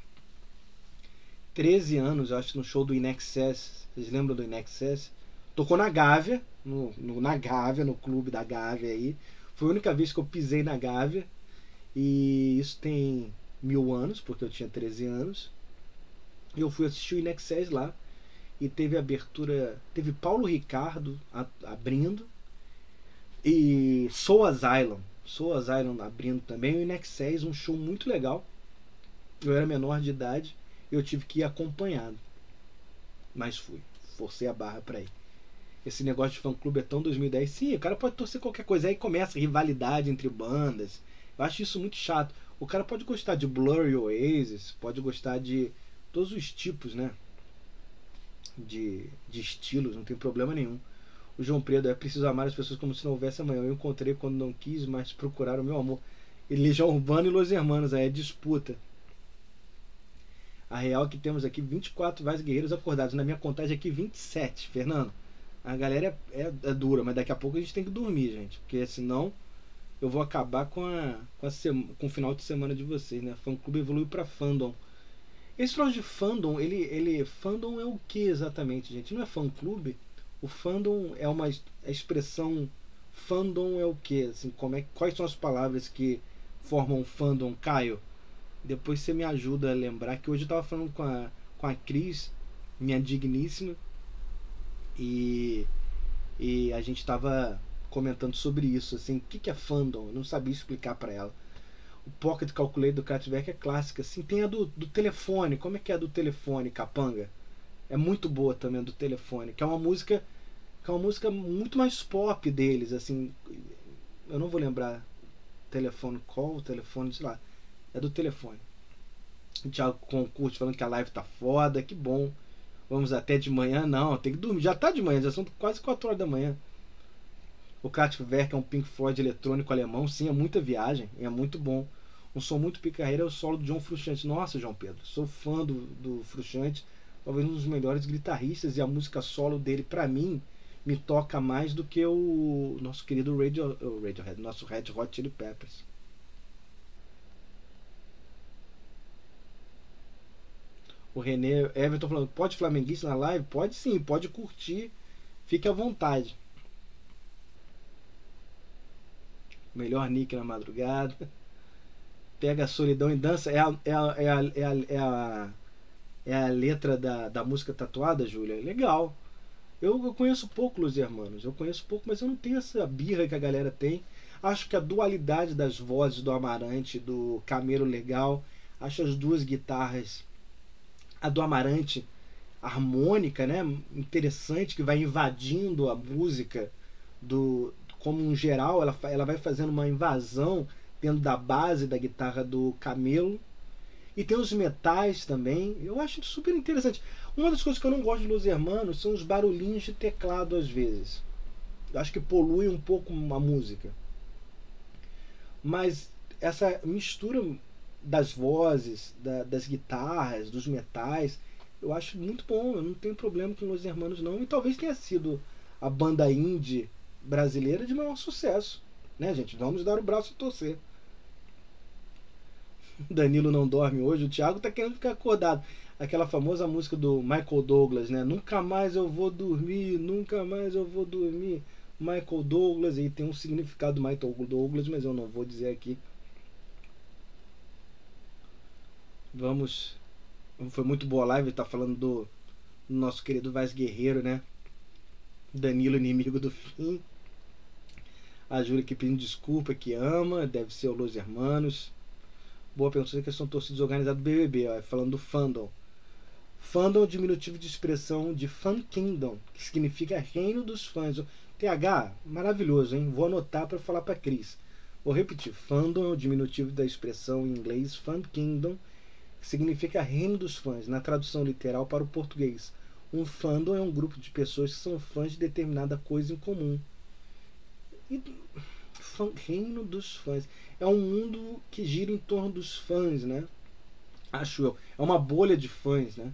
13 anos, eu acho, no show do In Excess. Vocês lembram do In Excess? Tocou na Gávea, na Gávea, no clube da Gávea aí. Foi a única vez que eu pisei na Gávea. E isso tem 1000 anos, porque eu tinha 13 anos. E eu fui assistir o In Excess lá. E teve abertura. Teve Paulo Ricardo abrindo. E Soul Asylum. Soul Asylum abrindo também. O In Excess, um show muito legal. Eu era menor de idade. Eu tive que ir acompanhado. Mas fui. Forcei a barra pra ir. Esse negócio de fã-clube é tão 2010. Sim, o cara pode torcer qualquer coisa. Aí começa a rivalidade entre bandas. Eu acho isso muito chato. O cara pode gostar de Blur e Oasis. Pode gostar de todos os tipos, né? De estilos. Não tem problema nenhum. O João Pedro, é preciso amar as pessoas como se não houvesse amanhã. Eu encontrei quando não quis, mas procuraram o meu amor. E Legião Urbana e Los Hermanos. Aí é disputa. A real é que temos aqui 24 Vaz Guerreiros acordados. Na minha contagem aqui 27, Fernando. A galera é dura, mas daqui a pouco a gente tem que dormir, gente. Porque senão eu vou acabar com o final de semana de vocês, né? Fã clube evoluiu pra fandom. Esse troço de fandom, fandom é o que exatamente, gente? Não é fã clube? O fandom é uma expressão. Fandom é o que? Assim, quais são as palavras que formam fandom, Caio? Depois você me ajuda a lembrar que hoje eu tava falando com a Cris, minha digníssima, e a gente tava comentando sobre isso, assim, o que é fandom? Eu não sabia explicar para ela. O Pocket Calculator do Kraftwerk é clássica, assim, tem a do telefone. Como é que é a do telefone, Capanga? É muito boa também a do telefone, que é uma música muito mais pop deles, assim, eu não vou lembrar, telefone call, telefone, sei lá, é do telefone. O Thiago Concurso falando que a live tá foda, que bom. Vamos até de manhã, não, tem que dormir, já tá de manhã, já são quase 4 horas da manhã. O Kraftwerk é um Pink Floyd eletrônico alemão, sim, é muita viagem, é muito bom. Um som muito picarreiro é o solo do John Frusciante. Nossa, João Pedro, sou fã do Frusciante, talvez um dos melhores guitarristas, e a música solo dele, pra mim, me toca mais do que o nosso querido Radiohead, nosso Red Hot Chili Peppers. O René Everton falando, pode flamenguista na live? Pode sim, pode curtir, fique à vontade. Melhor nick na madrugada. Pega a solidão e dança. É a letra da música tatuada, Júlia? Legal. Eu conheço pouco Los Hermanos. Eu conheço pouco, mas eu não tenho essa birra que a galera tem. Acho que a dualidade das vozes do Amarante, do Camelo legal. Acho as duas guitarras, a do Amarante harmônica, né? Interessante, que vai invadindo a música como um geral, ela vai fazendo uma invasão dentro da base da guitarra do Camelo. E tem os metais também. Eu acho super interessante. Uma das coisas que eu não gosto de Los Hermanos são os barulhinhos de teclado às vezes. Eu acho que polui um pouco a música. Mas essa mistura das vozes, das guitarras, dos metais, eu acho muito bom. Eu não tenho problema com Los Hermanos não. E talvez tenha sido a banda indie brasileira de maior sucesso, né, gente? Vamos dar o braço a torcer. Danilo não dorme hoje. O Thiago tá querendo ficar acordado. Aquela famosa música do Michael Douglas, né? Nunca mais eu vou dormir, nunca mais eu vou dormir. Michael Douglas, e tem um significado Michael Douglas, mas eu não vou dizer aqui. Vamos. Foi muito boa a live, tá falando do nosso querido Vaz Guerreiro, né? Danilo, inimigo do fim. A Júlia aqui pedindo desculpa, que ama, deve ser o Los Hermanos. Boa pergunta, que são torcidas organizadas do BBB, ó, falando do fandom. Fandom é o diminutivo de expressão de Fan Kingdom, que significa reino dos fãs. TH, maravilhoso, hein? Vou anotar para falar para Cris. Vou repetir. Fandom é o diminutivo da expressão em inglês Fan Kingdom, que significa reino dos fãs, na tradução literal para o português. Um fandom é um grupo de pessoas que são fãs de determinada coisa em comum. E, reino dos fãs. É um mundo que gira em torno dos fãs, né? Acho eu. É uma bolha de fãs, né?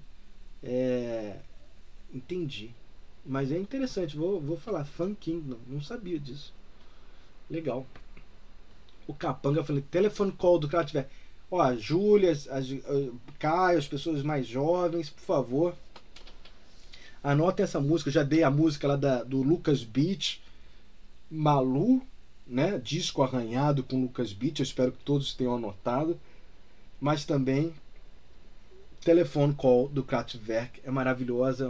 Entendi. Mas é interessante. Vou falar. Fan Kingdom. Não sabia disso. Legal. O Capanga falando. Telefone call do Kraftwerk. Ó, a Júlia, Caio, as pessoas mais jovens, por favor. Anotem essa música. Eu já dei a música lá do Lucas Beach. Malu, né? Disco arranhado com Lucas Beach. Eu espero que todos tenham anotado. Mas também Telephone Call do Kraftwerk é maravilhosa, é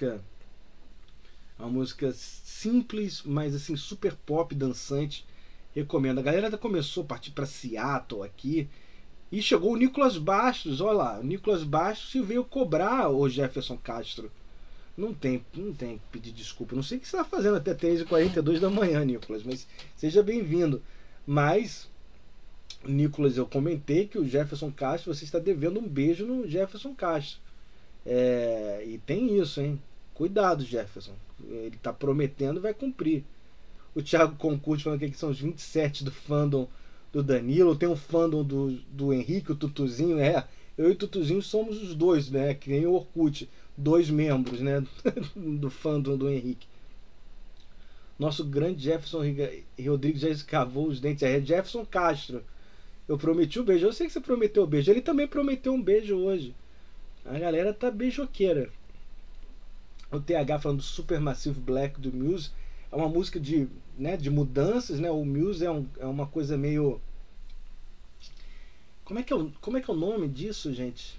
uma música simples, mas assim super pop, dançante. Recomendo. A galera já começou a partir para Seattle aqui e chegou o Nicolas Bastos. Olha lá, o Nicolas Bastos veio cobrar o Jefferson Castro. Não tem que pedir desculpa. Não sei o que você está fazendo até 3h42 da manhã, Nicolas, mas seja bem-vindo. Mas, Nicolas, eu comentei que o Jefferson Castro, você está devendo um beijo no Jefferson Castro. E tem isso, hein? Cuidado, Jefferson. Ele está prometendo, vai cumprir. O Thiago Concurso falando que são os 27 do fandom do Danilo. Tem um fandom do Henrique, o Tutuzinho. Eu e o Tutuzinho somos os dois, né? Que nem o Orkut. 2 membros, né? Do fandom do Henrique. Nosso grande Jefferson Rodrigues já escavou os dentes. Jefferson Castro. Eu prometi o beijo. Eu sei que você prometeu o beijo. Ele também prometeu um beijo hoje. A galera tá beijoqueira. O TH falando do Supermassive Black do Muse. É uma música de mudanças, né? O Muse é uma coisa meio... Como é que é o nome disso, gente?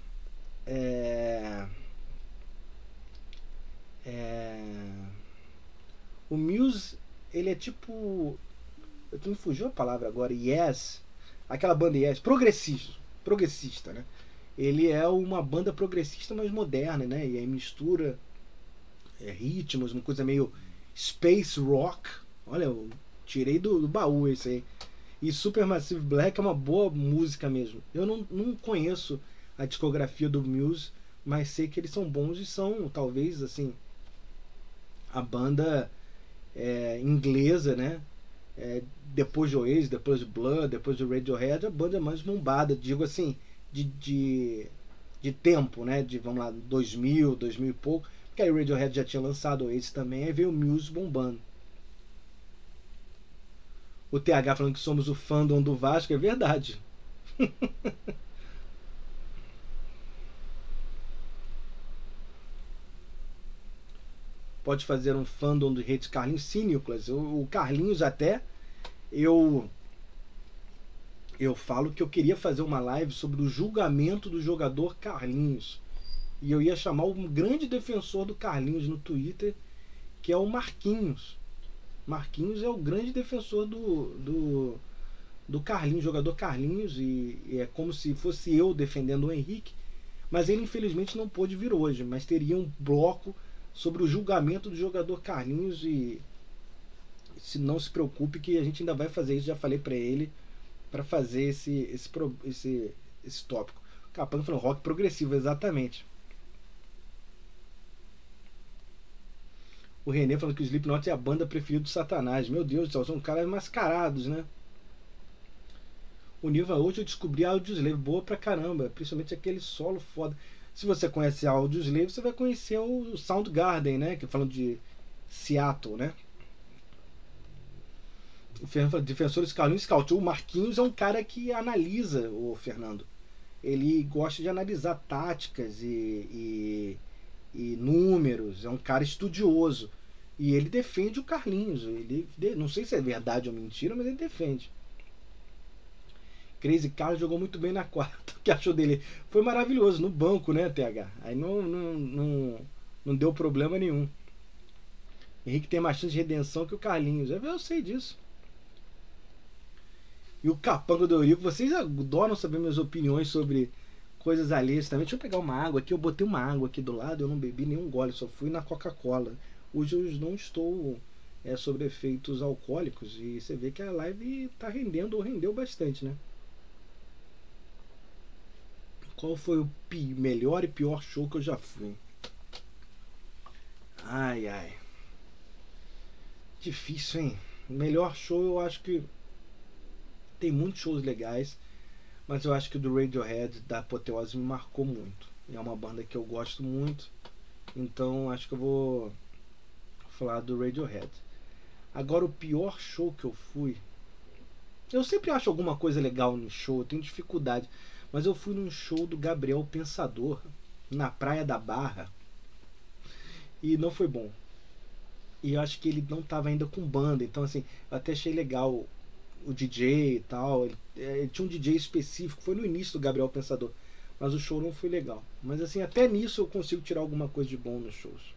O Muse, ele é tipo... Me fugiu a palavra agora. Yes. Aquela banda Yes. Progressista, né? Ele é uma banda progressista, mas moderna, né? E aí mistura ritmos, uma coisa meio space rock. Olha, eu tirei do baú esse aí. E Supermassive Black é uma boa música mesmo. Eu não conheço a discografia do Muse, mas sei que eles são bons e são, talvez, assim, a banda inglesa, né? Depois de Oasis, depois de Blur, depois de Radiohead, a banda mais bombada, digo assim, de tempo, né? Vamos lá, 2000 e pouco. Porque aí o Radiohead já tinha lançado Oasis também, aí veio o Muse bombando. O TH falando que somos o fandom do Vasco, é verdade. Pode fazer um fandom do Rede Carlinhos? Sim, Nicolas. O Carlinhos até... Eu falo que eu queria fazer uma live sobre o julgamento do jogador Carlinhos. E eu ia chamar um grande defensor do Carlinhos no Twitter, que é o Marquinhos. Marquinhos é o grande defensor do Carlinhos, jogador Carlinhos, e é como se fosse eu defendendo o Henrique, mas ele infelizmente não pôde vir hoje, mas teria um bloco sobre o julgamento do jogador Carlinhos. E se não se preocupe que a gente ainda vai fazer isso, já falei para ele, para fazer esse tópico. O Capanga falou rock progressivo, exatamente. O René falando que o Slipknot é a banda preferida do Satanás. Meu Deus do céu, são caras mascarados, né? O Niva, hoje eu descobri a Audioslave, boa pra caramba, principalmente aquele solo foda. Se você conhece a Audioslave, você vai conhecer o Soundgarden, né? Que falando de Seattle, né? O Fernando fala, defensores Carlinhos Scout. O Marquinhos é um cara que analisa, o Fernando. Ele gosta de analisar táticas e números, é um cara estudioso. E ele defende o Carlinhos. Não sei se é verdade ou mentira, mas ele defende. Crazy Carlos jogou muito bem na quarta. que achou dele? Foi maravilhoso, no banco, né, TH? Aí não deu problema nenhum. Henrique tem mais chance de redenção que o Carlinhos. Eu sei disso. E o Capanga do Eurico, vocês adoram saber minhas opiniões sobre coisas alheias também. Deixa eu pegar uma água aqui. Eu botei uma água aqui do lado, eu não bebi nenhum gole, só fui na Coca-Cola. Hoje eu não estou sobre efeitos alcoólicos e você vê que a live tá rendendo, ou rendeu bastante, né? Qual foi o melhor e pior show que eu já fui? Ai, ai. Difícil, hein? Melhor show eu acho que tem muitos shows legais, mas eu acho que o do Radiohead da Apoteose me marcou muito. É uma banda que eu gosto muito, então acho que eu vou falar do Radiohead. Agora, o pior show que eu fui, eu sempre acho alguma coisa legal no show, eu tenho dificuldade, mas eu fui num show do Gabriel Pensador na Praia da Barra e não foi bom. E eu acho que ele não estava ainda com banda, então assim, eu até achei legal o DJ e tal. Ele tinha um DJ específico, foi no início do Gabriel Pensador, mas o show não foi legal. Mas assim, até nisso eu consigo tirar alguma coisa de bom nos shows.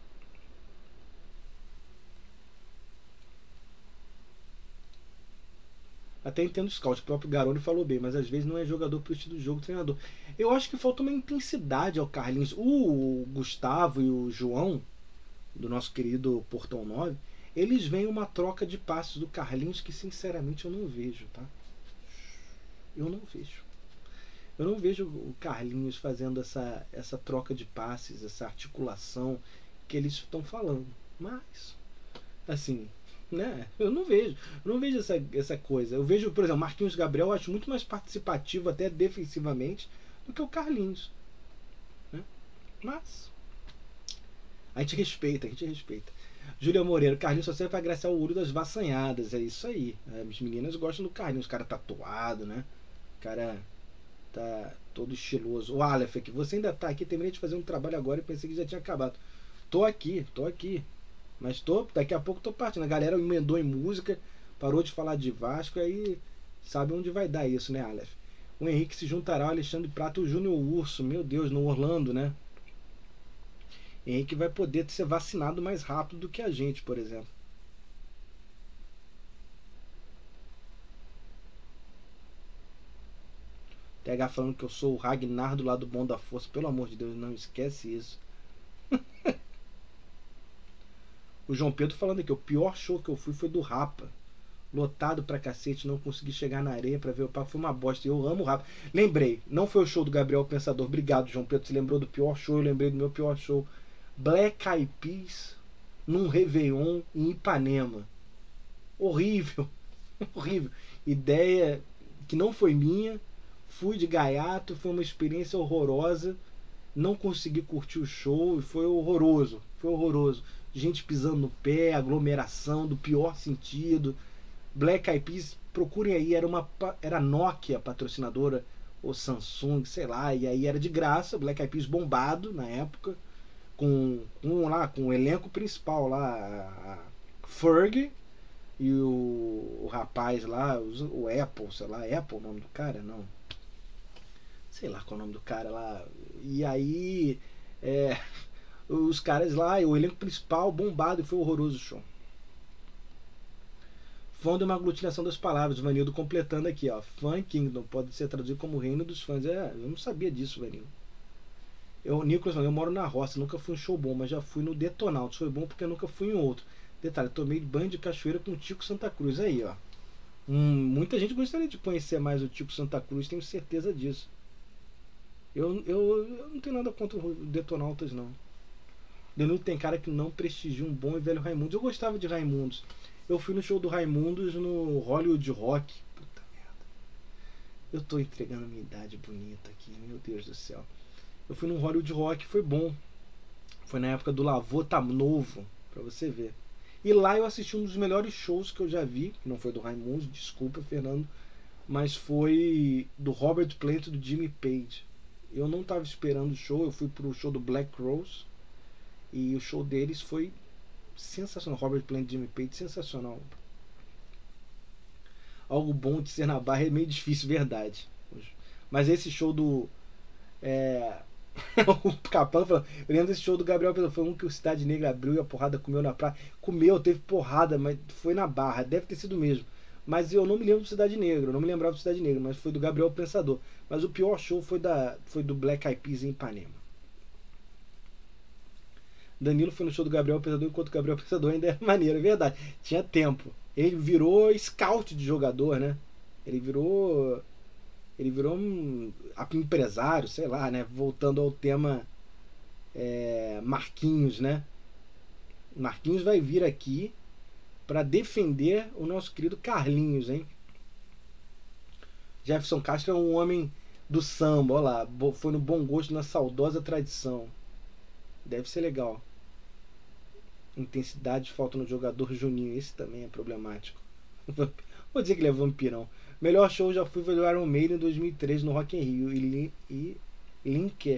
Até entendo o scout, o próprio Garoni falou bem, mas às vezes não é jogador pro estilo de jogo, treinador. Eu acho que falta uma intensidade ao Carlinhos. O Gustavo e o João, do nosso querido Portão 9, eles veem uma troca de passes do Carlinhos que sinceramente eu não vejo, tá? Eu não vejo. Eu não vejo o Carlinhos fazendo essa troca de passes, essa articulação que eles estão falando. Mas, assim, né? Eu não vejo. Eu não vejo essa coisa. Eu vejo, por exemplo, Marquinhos Gabriel, eu acho muito mais participativo, até defensivamente, do que o Carlinhos. Né? Mas a gente respeita, Júlia Moreira, Carlinhos só serve pra agraciar o olho das vaçanhadas. É isso aí. As meninas gostam do Carlinhos. O cara tatuado, né? O cara tá todo estiloso. O Aleph aqui, você ainda tá aqui? Terminei de fazer um trabalho agora e pensei que já tinha acabado. Tô aqui. Mas daqui a pouco tô partindo. A galera emendou em música, parou de falar de Vasco, aí sabe onde vai dar isso, né, Aleph? O Henrique se juntará ao Alexandre Prato e o Júnior Urso. Meu Deus, no Orlando, né? Henrique vai poder ser vacinado mais rápido do que a gente, por exemplo. TH falando que eu sou o Ragnar do lado bom da força. Pelo amor de Deus, não esquece isso. O João Pedro falando aqui, o pior show que eu fui foi do Rapa. Lotado pra cacete, não consegui chegar na areia pra ver o papo, foi uma bosta. Eu amo o Rapa. Lembrei, não foi o show do Gabriel Pensador. Obrigado, João Pedro, você lembrou do pior show, eu lembrei do meu pior show. Black Eyed Peas num Réveillon em Ipanema. Horrível. Horrível. Ideia que não foi minha. Fui de gaiato, foi uma experiência horrorosa. Não consegui curtir o show e foi horroroso. Foi horroroso. Gente pisando no pé, aglomeração do pior sentido. Black Eyed Peas, procurem aí, era Nokia patrocinadora, ou Samsung, sei lá, e aí era de graça, Black Eyed Peas bombado na época, com o elenco principal lá, a Ferg e o rapaz lá, o Apple, sei lá, Apple o nome do cara? Não. Sei lá qual é o nome do cara lá. E aí os caras lá, o elenco principal bombado, e foi horroroso o show. Fã de uma aglutinação das palavras, Vanildo completando aqui, ó. Fan Kingdom pode ser traduzido como reino dos fãs. Eu não sabia disso, Vanildo. Nicolas, eu moro na roça, nunca fui em show bom, mas já fui no Detonautas. Foi bom porque eu nunca fui em outro. Detalhe, tomei banho de cachoeira com o Tico Santa Cruz. Aí, ó. Muita gente gostaria de conhecer mais o Tico Santa Cruz, tenho certeza disso. Eu não tenho nada contra o Detonautas, não. Danilo tem cara que não prestigia um bom e velho Raimundos. Eu gostava de Raimundos. Eu fui no show do Raimundos no Hollywood Rock. Puta merda. Eu tô entregando minha idade bonita aqui, meu Deus do céu. Eu fui no Hollywood Rock, foi bom. Foi na época do Lavô Tá Novo, pra você ver. E lá eu assisti um dos melhores shows que eu já vi, que não foi do Raimundos, desculpa, Fernando, mas foi do Robert Plant e do Jimmy Page. Eu não tava esperando o show, eu fui pro show do Black Rose e o show deles foi sensacional. Robert Plant e Jimmy Page, sensacional. Algo bom de ser na Barra é meio difícil, verdade. Mas esse show do... o Capão falando, eu lembro desse show do Gabriel Pensador, foi um que o Cidade Negra abriu e a porrada comeu na praia. Comeu, teve porrada, mas foi na Barra, deve ter sido mesmo. Mas eu não me lembro do Cidade Negra, eu não me lembrava do Cidade Negra, mas foi do Gabriel Pensador. Mas o pior show foi do Black Eyed Peas em Ipanema. Danilo foi no show do Gabriel Pensador, enquanto o Gabriel Pensador ainda era maneiro, é verdade. Tinha tempo. Ele virou scout de jogador, né? Ele virou um empresário, sei lá, né? Voltando ao tema Marquinhos, né? Marquinhos vai vir aqui para defender o nosso querido Carlinhos, hein? Jefferson Castro é um homem do samba, olha lá, foi no bom gosto, na saudosa tradição. Deve ser legal. Intensidade falta no jogador Juninho, esse também é problemático. Vou dizer que ele é vampirão. Melhor show já fui ver o Iron Maiden em 2003 no Rock in Rio e Lineker,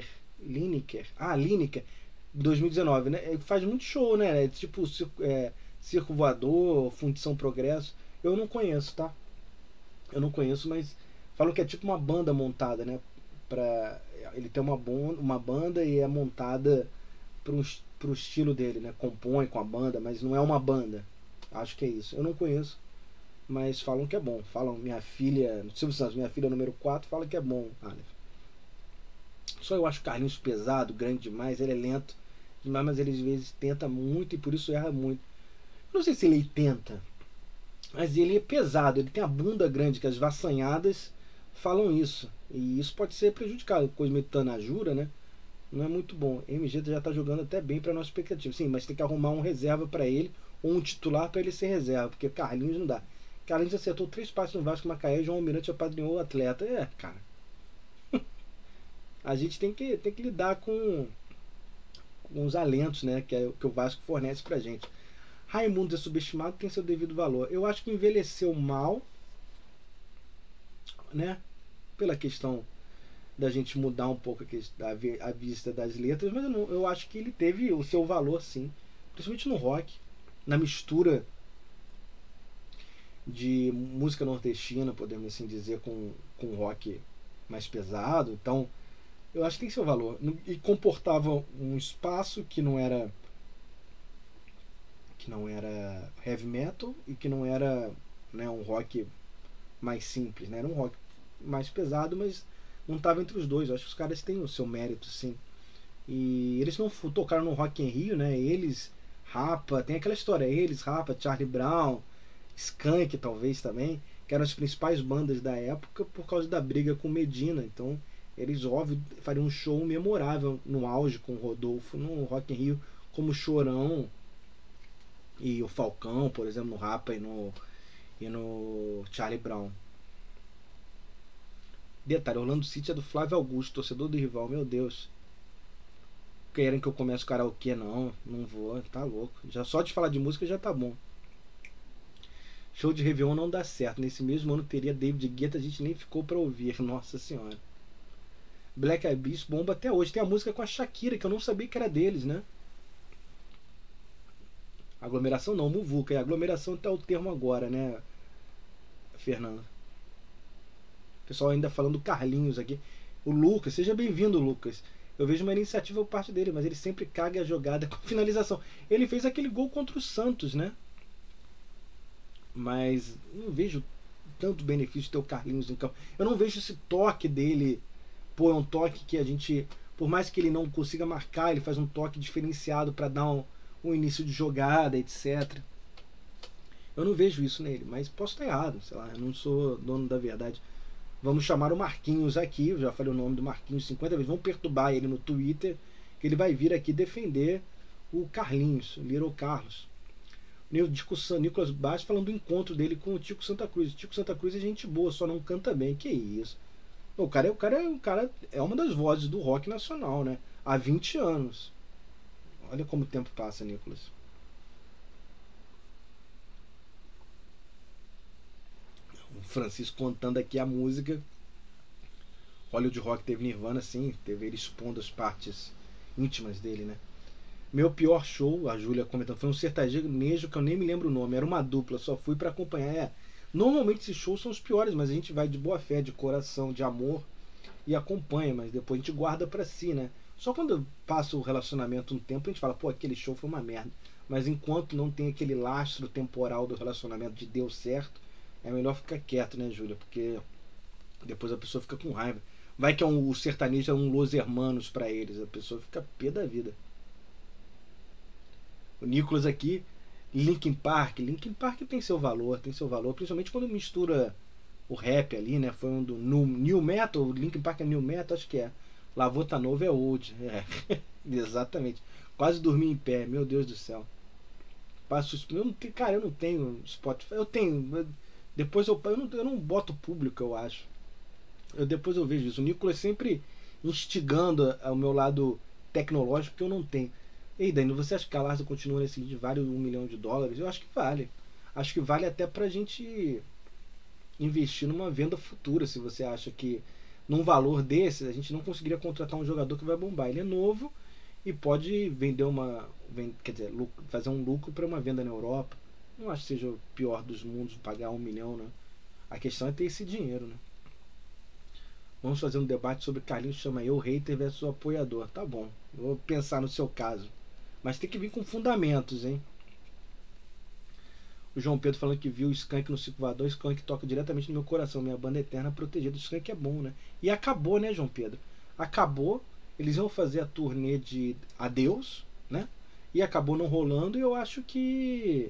2019, né? Ele faz muito show, né? É tipo Circo Voador, Fundição Progresso. Eu não conheço, tá? Eu não conheço, mas falam que é tipo uma banda montada, né? Ele tem uma banda e é montada pro estilo dele, né? Compõe com a banda, mas não é uma banda. Acho que é isso. Eu não conheço, mas falam que é bom. Falam, minha filha, Silvio Santos, minha filha número 4, fala que é bom. Só eu acho o Carlinhos pesado, grande demais, ele é lento demais, mas ele às vezes tenta muito e por isso erra muito. Eu não sei se ele tenta, mas ele é pesado, ele tem a bunda grande, que as vassanhadas falam isso. E isso pode ser prejudicado, coisa meio tanajura, né? Não é muito bom. MG já tá jogando até bem para nossa expectativa. Sim, mas tem que arrumar um reserva para ele, ou um titular para ele ser reserva, porque Carlinhos não dá. Carlinhos acertou 3 passes no Vasco, Macaé, João Almirante apadrinhou o atleta. Cara. A gente tem que lidar com os alentos, né, que o Vasco fornece pra gente. Raimundo é subestimado, tem seu devido valor. Eu acho que envelheceu mal, né, pela questão da gente mudar um pouco a vista das letras, mas eu acho que ele teve o seu valor, sim, principalmente no rock, na mistura de música nordestina, podemos assim dizer, com rock mais pesado. Então eu acho que tem seu valor. E comportava um espaço que não era heavy metal e que não era, né, um rock mais simples, né? Era um rock mais pesado, mas não estava entre os dois. Eu acho que os caras têm o seu mérito, sim. E eles não tocaram no Rock in Rio, né? Eles, Rapa, tem aquela história, eles, Rapa, Charlie Brown, Skank talvez também, que eram as principais bandas da época por causa da briga com Medina. Então eles, óbvio, fariam um show memorável no auge com o Rodolfo no Rock in Rio, como o Chorão e o Falcão, por exemplo, no Rapa e no Charlie Brown. Detalhe, Orlando City é do Flávio Augusto, torcedor do rival, meu Deus. Querem que eu comece o karaokê? Não vou, tá louco. Já só de falar de música já tá bom. Show de Réveillon não dá certo. Nesse mesmo ano teria David Guetta, a gente nem ficou pra ouvir. Nossa senhora. Black Eyed Peas bomba até hoje. Tem a música com a Shakira, que eu não sabia que era deles, né? Aglomeração não, muvuca. E aglomeração tá o termo agora, né, Fernando? O pessoal ainda falando Carlinhos aqui. O Lucas, seja bem-vindo, Lucas. Eu vejo uma iniciativa por parte dele, mas ele sempre caga a jogada com finalização. Ele fez aquele gol contra o Santos, né? Mas não vejo tanto benefício de ter o Carlinhos no campo. Eu não vejo esse toque dele. Pô, é um toque que a gente, por mais que ele não consiga marcar, ele faz um toque diferenciado para dar um início de jogada, etc. Eu não vejo isso nele, mas posso estar errado, sei lá, eu não sou dono da verdade. Vamos chamar o Marquinhos aqui, eu já falei o nome do Marquinhos 50 vezes, vamos perturbar ele no Twitter, que ele vai vir aqui defender o Carlinhos, o Little Carlos. Nicolas Baixo falando do encontro dele com o Tico Santa Cruz. O Tico Santa Cruz é gente boa, só não canta bem. Que isso? O cara é uma das vozes do rock nacional, né? Há 20 anos. Olha como o tempo passa, Nicolas. O Francisco contando aqui a música. Hollywood Rock teve Nirvana, sim. Teve ele expondo as partes íntimas dele, né? Meu pior show, a Júlia comentando, foi um sertanejo que eu nem me lembro o nome. Era uma dupla, só fui pra acompanhar. Normalmente esses shows são os piores, mas a gente vai de boa fé, de coração, de amor. e acompanha, mas depois a gente guarda pra si, né? Só quando passa o relacionamento um tempo a gente fala, pô, aquele show foi uma merda. Mas enquanto não tem aquele lastro temporal do relacionamento de deu certo, é melhor ficar quieto, né, Júlia? Porque depois a pessoa fica com raiva. Vai que o sertanejo é um Los Hermanos pra eles, a pessoa fica pé da vida. O Nicolas aqui, Linkin Park tem seu valor, principalmente quando mistura o rap ali, né? Foi um do New Metal, o Linkin Park é New Metal, acho que é. Lavota Nova é Old, exatamente. Quase dormi em pé, meu Deus do céu. Cara, eu não tenho Spotify, eu tenho, depois eu não boto público, eu acho. Depois eu vejo isso. O Nicolas sempre instigando ao meu lado tecnológico que eu não tenho. Ei, Dani, você acha que a Larsa continua nesse vídeo vale $1 milhão? Eu acho que vale. Acho que vale até pra gente investir numa venda futura. Se você acha que num valor desse a gente não conseguiria contratar um jogador que vai bombar. Ele é novo e pode vender quer dizer, fazer um lucro para uma venda na Europa. Não acho que seja o pior dos mundos pagar $1 milhão, né? A questão é ter esse dinheiro, né? Vamos fazer um debate sobre Carlinhos chama eu hater versus apoiador. Tá bom, vou pensar no seu caso. Mas tem que vir com fundamentos, hein? O João Pedro falando que viu o Skank no Circo Voador. Skank toca diretamente no meu coração. Minha banda eterna protegida. O Skank é bom, né? E acabou, né, João Pedro? Acabou. Eles iam fazer a turnê de adeus, né? E acabou não rolando. E eu acho que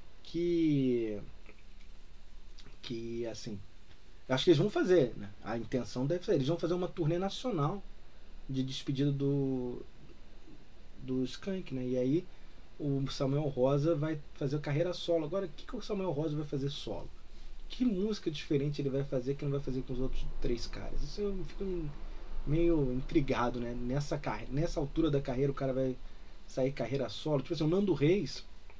assim, acho que eles vão fazer, né? A intenção deve ser, eles vão fazer uma turnê nacional de despedida do Skank, né? E aí o Samuel Rosa vai fazer a carreira solo. Agora, o que o Samuel Rosa vai fazer solo? Que música diferente ele vai fazer que não vai fazer com os outros 3 caras? Isso eu fico meio intrigado, né? Nessa altura da carreira o cara vai sair carreira solo. Tipo assim, o Nando Reis,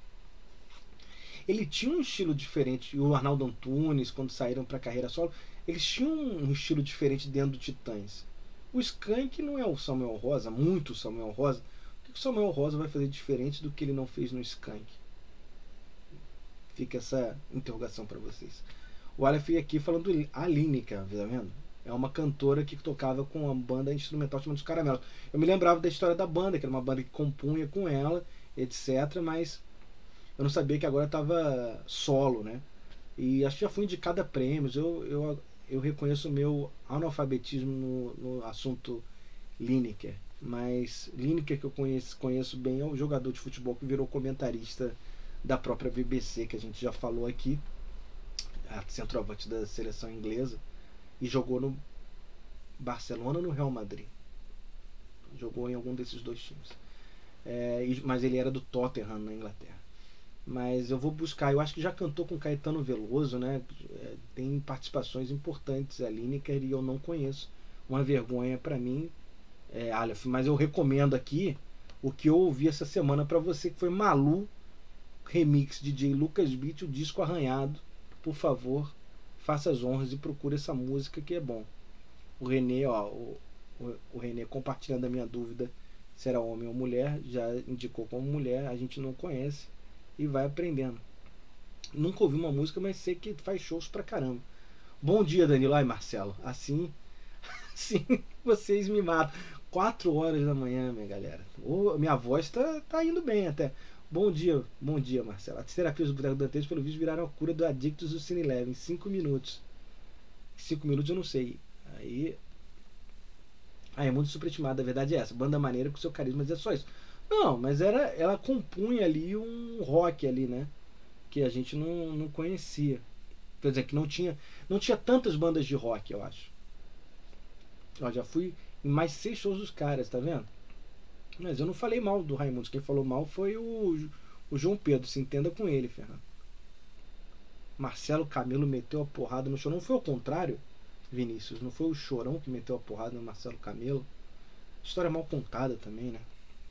ele tinha um estilo diferente. E o Arnaldo Antunes, quando saíram pra carreira solo, eles tinham um estilo diferente dentro do Titãs. O Skank não é o Samuel Rosa, muito o Samuel Rosa. O que o Samuel Rosa vai fazer diferente do que ele não fez no Skank? Fica essa interrogação para vocês. O Aleph aqui falando a Lineker, tá vendo? É uma cantora que tocava com uma banda instrumental chamada Os Caramelos. Eu me lembrava da história da banda, que era uma banda que compunha com ela, etc. Mas eu não sabia que agora estava solo, né? E acho que já fui indicada a prêmios. Eu reconheço o meu analfabetismo no assunto Lineker. Mas Lineker, que eu conheço bem, é o jogador de futebol que virou comentarista da própria BBC, que a gente já falou aqui, a centroavante da seleção inglesa, e jogou no Barcelona ou no Real Madrid. Jogou em algum desses 2 times. Mas ele era do Tottenham na Inglaterra. Mas eu vou buscar, eu acho que já cantou com Caetano Veloso, né? Tem participações importantes a Lineker e eu não conheço. Uma vergonha para mim, Aleph, mas eu recomendo aqui o que eu ouvi essa semana para você, que foi Malu remix DJ Lucas Beat, o disco Arranhado. Por favor, faça as honras e procure essa música que é bom. O Renê, o Renê compartilhando a minha dúvida se era homem ou mulher, já indicou como mulher, a gente não conhece e vai aprendendo. Nunca ouvi uma música, mas sei que faz shows pra caramba. Bom dia, Danilo. Ai, Marcelo, assim vocês me matam. 4 horas da manhã, minha galera. Minha voz tá indo bem até. Bom dia, Marcelo. As terapias do Boteco Dantesco, pelo visto, viraram a cura do Adictos do Cine Leve em 5 minutos. 5 minutos eu não sei. Aí é muito superestimado, a verdade é essa. Banda maneira com seu carisma, mas é só isso. Não, mas ela compunha ali um rock ali, né? Que a gente não conhecia. Quer dizer, que não tinha tantas bandas de rock, eu acho. Ó, já fui em mais 6 shows dos caras, tá vendo? Mas eu não falei mal do Raimundos. Quem falou mal foi o João Pedro. Se entenda com ele, Fernando. Marcelo Camelo meteu a porrada no show. Não foi ao contrário, Vinícius. Não foi o Chorão que meteu a porrada no Marcelo Camelo. História mal contada também, né?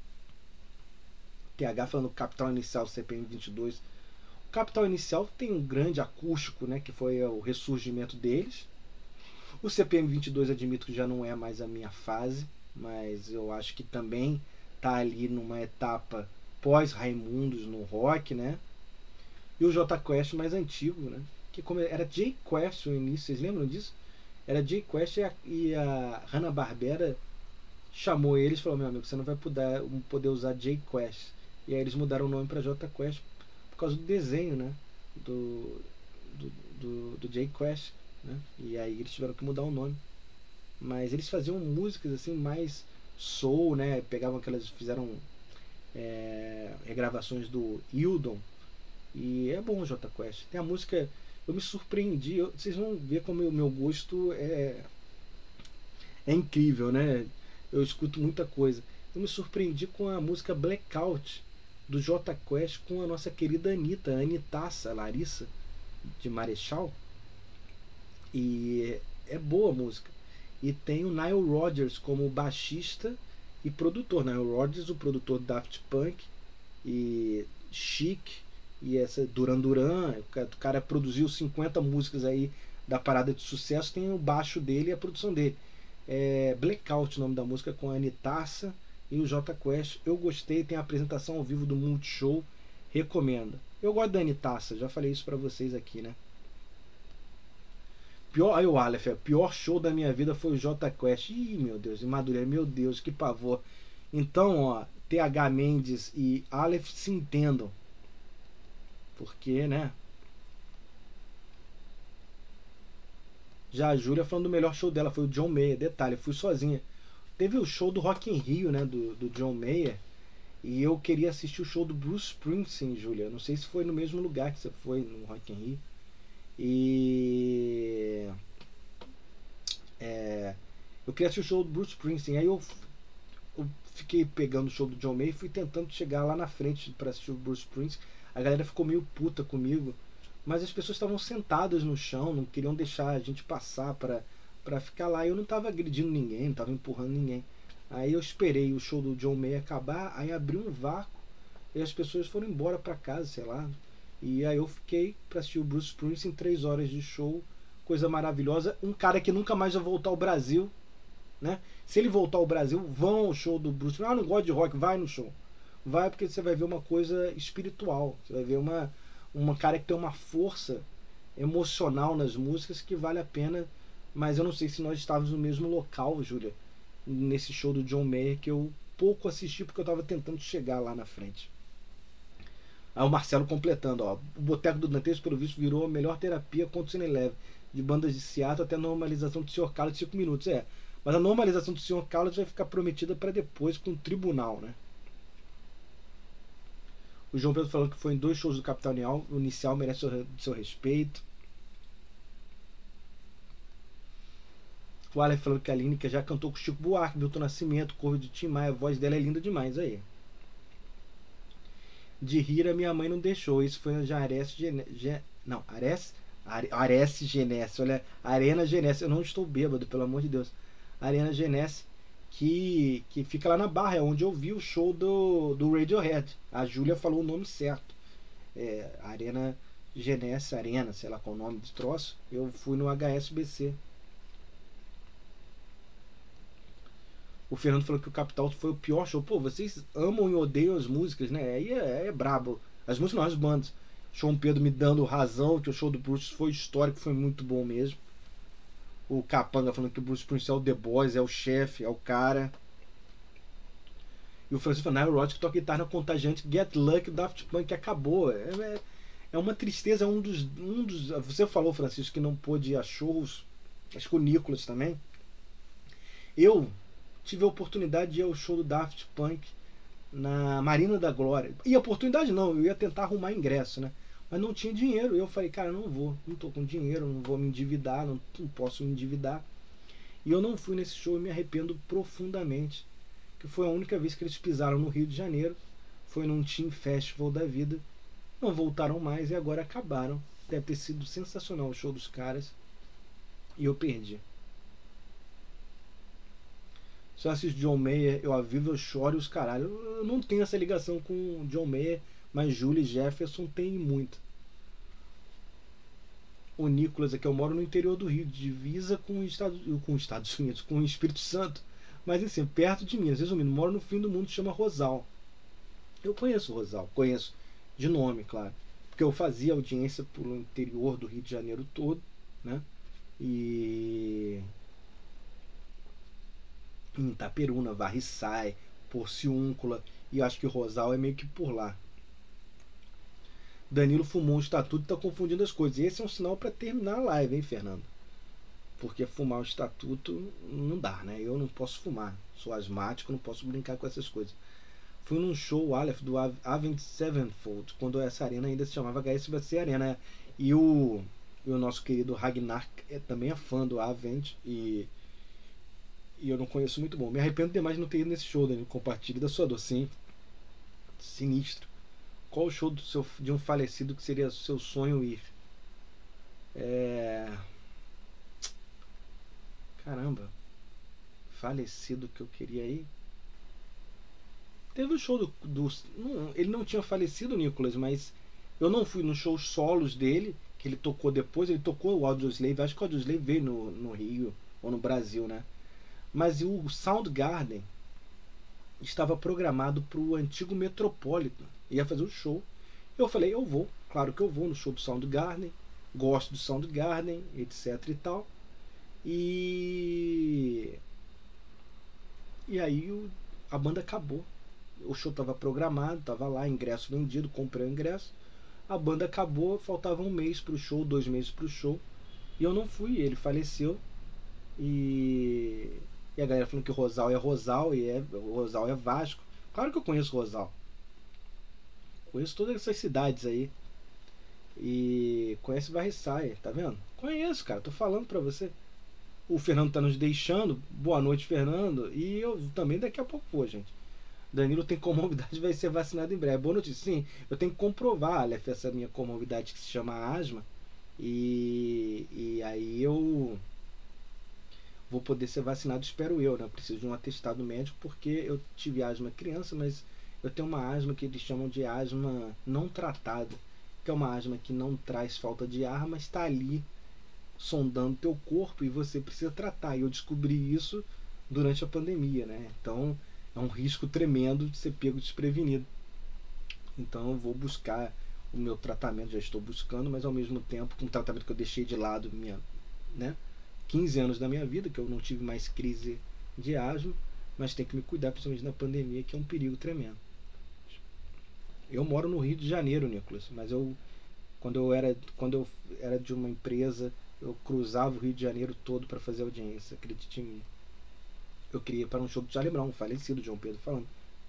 TH falando Capital Inicial CPM 22. O Capital Inicial tem um grande acústico, né? Que foi o ressurgimento deles. O CPM 22 admito que já não é mais a minha fase, mas eu acho que também tá ali numa etapa pós Raimundos no rock, né? E o J Quest mais antigo, né? Que como era J Quest no início, vocês lembram disso? Era Jay Quest e a Hanna-Barbera chamou eles e falou: meu amigo, você não vai poder usar Jay Quest. E aí eles mudaram o nome para J Quest por causa do desenho, né? Do, do Jay Quest, né? E aí eles tiveram que mudar o nome. Mas eles faziam músicas assim mais soul, né? Pegavam aquelas, fizeram regravações do Hildon. E é bom o J Quest. Tem a música, eu me surpreendi. Vocês vão ver como o meu gosto é incrível, né? Eu escuto muita coisa. Eu me surpreendi com a música Blackout do J Quest com a nossa querida Anitta, Anitaça, Larissa de Marechal. E é boa a música. E tem o Nile Rodgers como baixista e produtor. Nile Rodgers, o produtor do Daft Punk e Chic e essa Duran Duran. O cara produziu 50 músicas aí da parada de sucesso. Tem o baixo dele e a produção dele. É Blackout o nome da música, com a Anitaça e o J Quest. Eu gostei, tem a apresentação ao vivo do Multishow, recomendo. Eu gosto da Anitaça, já falei isso pra vocês aqui, né? Pior, aí o Aleph, pior show da minha vida foi o J Quest. Ih, meu Deus, e Madureira, meu Deus, que pavor. Então, ó, TH Mendes e Aleph se entendam. Porque, né? Já a Júlia falando do melhor show dela foi o John Mayer. Detalhe, fui sozinha. Teve o show do Rock in Rio, né? Do John Mayer. E eu queria assistir o show do Bruce Springsteen, Júlia. Não sei se foi no mesmo lugar que você foi no Rock in Rio. E eu queria assistir o show do Bruce Springsteen. Aí eu fiquei pegando o show do John Mayer e fui tentando chegar lá na frente para assistir o Bruce Springsteen. A galera ficou meio puta comigo, mas as pessoas estavam sentadas no chão, não queriam deixar a gente passar para ficar lá. Eu não estava agredindo ninguém, não estava empurrando ninguém. Aí eu esperei o show do John Mayer acabar, aí abriu um vácuo e as pessoas foram embora para casa, sei lá. E aí eu fiquei para assistir o Bruce Springsteen, 3 horas de show, coisa maravilhosa. Um cara que nunca mais vai voltar ao Brasil, né? Se ele voltar ao Brasil, vão ao show do Bruce Springsteen. Ah, não gosto de rock, vai no show. Vai, porque você vai ver uma coisa espiritual. Você vai ver uma cara que tem uma força emocional nas músicas que vale a pena. Mas eu não sei se nós estávamos no mesmo local, Júlia, nesse show do John Mayer, que eu pouco assisti porque eu estava tentando chegar lá na frente. Aí o Marcelo completando, ó, o Boteco do Dantesco, pelo visto, virou a melhor terapia contra o Cine Leve, de bandas de Seattle até a normalização do Sr. Carlos de 5 minutos. Mas a normalização do Sr. Carlos vai ficar prometida para depois com o tribunal, né? O João Pedro falando que foi em 2 shows do Capital Inicial, merece seu respeito. O Aleph falando que a Lineker já cantou com o Chico Buarque, Milton Nascimento, Corvo de Tim Maia, a voz dela é linda demais, aí. De rir a minha mãe não deixou, isso foi na Ares Genesse, olha, Arena Genesse, eu não estou bêbado, pelo amor de Deus. Arena Genesse, que fica lá na Barra, é onde eu vi o show do Radiohead. A Júlia falou o nome certo. Arena Genesse, Arena, sei lá qual é o nome do troço. Eu fui no HSBC. O Fernando falou que o Capital foi o pior show. Pô, vocês amam e odeiam as músicas, né? Aí é brabo. As músicas não, as bandas. João Pedro me dando razão que o show do Bruce foi histórico, foi muito bom mesmo. O Capanga falando que o Bruce Springsteen é o The Boys, é o chefe, é o cara. E o Francisco falando, Nile Rodgers que toca guitarra contagiante, Get Lucky, Daft Punk acabou. É uma tristeza, um dos. Você falou, Francisco, que não pôde ir a shows. Acho que o Nicolas também. Eu tive a oportunidade de ir ao show do Daft Punk na Marina da Glória. E a oportunidade não, eu ia tentar arrumar ingresso, né? Mas não tinha dinheiro. Eu falei, cara, não vou, não tô com dinheiro, não vou me endividar, não posso me endividar. E eu não fui nesse show e me arrependo profundamente. Que foi a única vez que eles pisaram no Rio de Janeiro. Foi num Team Festival da vida. Não voltaram mais e agora acabaram. Deve ter sido sensacional o show dos caras. E eu perdi. Se eu assisto John Mayer, eu avivo, eu choro e os caralho. Eu não tenho essa ligação com o John Mayer, mas Julie Jefferson tem muito. O Nicolas aqui, eu moro no interior do Rio, divisa com os Estados Unidos, com o Espírito Santo. Mas assim, perto de Minas. Resumindo, moro no fim do mundo, chama Rosal. Eu conheço Rosal, conheço de nome, claro. Porque eu fazia audiência pelo interior do Rio de Janeiro todo, né? E em Itaperuna, Varriçai, Porciúncula, e acho que Rosal é meio que por lá. Danilo fumou um estatuto e tá confundindo as coisas. E esse é um sinal para terminar a live, hein, Fernando? Porque fumar o estatuto não dá, né? Eu não posso fumar. Sou asmático, não posso brincar com essas coisas. Fui num show, Aleph, do Avenged Sevenfold, quando essa arena ainda se chamava HSBC Arena. E o nosso querido Ragnar também é fã do Avenged e eu não conheço muito bom. Me arrependo demais de não ter ido nesse show, Danilo. Compartilhe da sua dor, sim. Sinistro. Qual o show de um falecido que seria seu sonho ir? Caramba. Falecido que eu queria ir. Teve o show ele não tinha falecido, Nicolas, mas eu não fui nos shows solos dele, que ele tocou depois. Ele tocou o Audioslave. Acho que o Audioslave veio no Rio ou no Brasil, né? Mas o Soundgarden estava programado para o antigo Metropolitan. Ia fazer o show. Eu falei, eu vou. Claro que eu vou no show do Soundgarden. Gosto do Soundgarden, etc e tal. E aí a banda acabou. O show estava programado, estava lá, ingresso vendido, comprei o ingresso. A banda acabou, faltava um mês pro show, 2 meses pro show. E eu não fui, ele faleceu. E a galera falando que Rosal é Rosal e Rosal é Vasco. Claro que eu conheço Rosal. Conheço todas essas cidades aí. E conhece Varriçai, tá vendo? Conheço, cara, tô falando pra você. O Fernando tá nos deixando. Boa noite, Fernando. E eu também daqui a pouco vou, gente. Danilo tem comorbidade, vai ser vacinado em breve. Boa notícia. Sim, eu tenho que comprovar, Aleph, essa minha comorbidade que se chama asma. E aí eu vou poder ser vacinado, espero eu, né? Eu preciso de um atestado médico porque eu tive asma criança, mas eu tenho uma asma que eles chamam de asma não tratada, que é uma asma que não traz falta de ar, mas está ali sondando teu corpo e você precisa tratar. E eu descobri isso durante a pandemia, né? Então é um risco tremendo de ser pego desprevenido. Então eu vou buscar o meu tratamento, já estou buscando, mas ao mesmo tempo com um tratamento que eu deixei de lado 15 anos da minha vida, que eu não tive mais crise de asma, mas tem que me cuidar, principalmente na pandemia, que é um perigo tremendo. Eu moro no Rio de Janeiro, Nicolas, mas quando eu era de uma empresa, eu cruzava o Rio de Janeiro todo para fazer audiência, acredite em mim. Eu queria para um show do Charlie Brown, falecido João Pedro falando.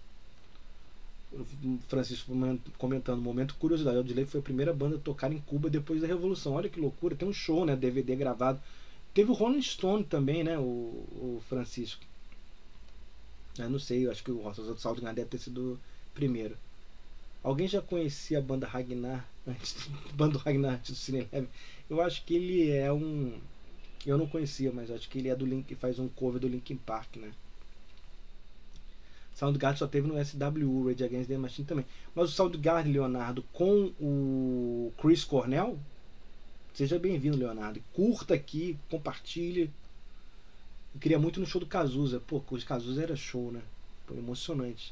O Francisco comentando, momento curiosidade, o Audioslave foi a primeira banda a tocar em Cuba depois da Revolução. Olha que loucura, tem um show, né, DVD gravado. Teve o Rolling Stone também, né, o Francisco. Eu não sei, eu acho que o Soundgarden deve ter sido o primeiro. Alguém já conhecia a banda Ragnar antes do Cine Leve? Eu acho que ele é um... Eu não conhecia, mas acho que ele é do Link, faz um cover do Linkin Park, né? Soundgarden só teve no SWU, Rage Against the Machine também. Mas o Soundgarden, Leonardo, com o Chris Cornell, seja bem-vindo, Leonardo. Curta aqui, compartilhe. Eu queria muito no show do Cazuza. Pô, o Cazuza era show, né? Foi emocionante.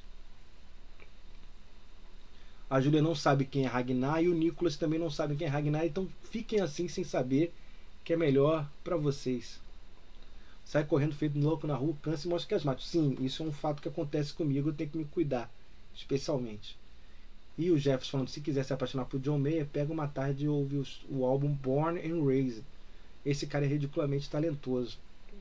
A Júlia não sabe quem é Ragnar e o Nicolas também não sabe quem é Ragnar, então fiquem assim sem saber, que é melhor pra vocês. Sai correndo feito louco na rua, cansa e mostra que é asmático. Sim, isso é um fato que acontece comigo, eu tenho que me cuidar, especialmente. E o Jefferson falando, se quiser se apaixonar por John Mayer, pega uma tarde e ouve o álbum Born and Raised. Esse cara é ridiculamente talentoso.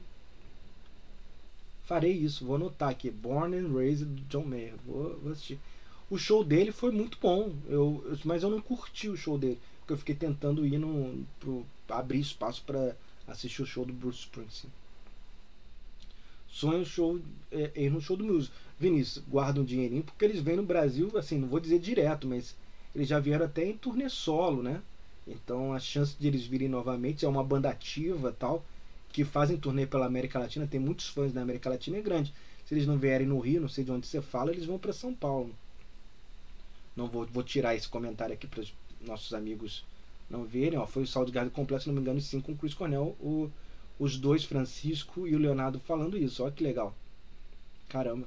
Farei isso, vou anotar aqui, Born and Raised do John Mayer, vou assistir. O show dele foi muito bom, mas eu não curti o show dele, porque eu fiquei tentando ir abrir espaço para assistir o show do Bruce Springsteen. Sonho ir no show do Muse. Vinícius, guarda um dinheirinho, porque eles vêm no Brasil, assim, não vou dizer direto, mas eles já vieram até em turnê solo, né? Então a chance de eles virem novamente, é uma banda ativa tal, que fazem turnê pela América Latina, tem muitos fãs da América Latina, é grande. Se eles não vierem no Rio, não sei de onde você fala, eles vão para São Paulo. Não vou tirar esse comentário aqui para os nossos amigos não verem. Ó, foi o Soundgarden completo, se não me engano, sim, com o Chris Cornell, os dois, Francisco e o Leonardo, falando isso. Olha que legal. Caramba.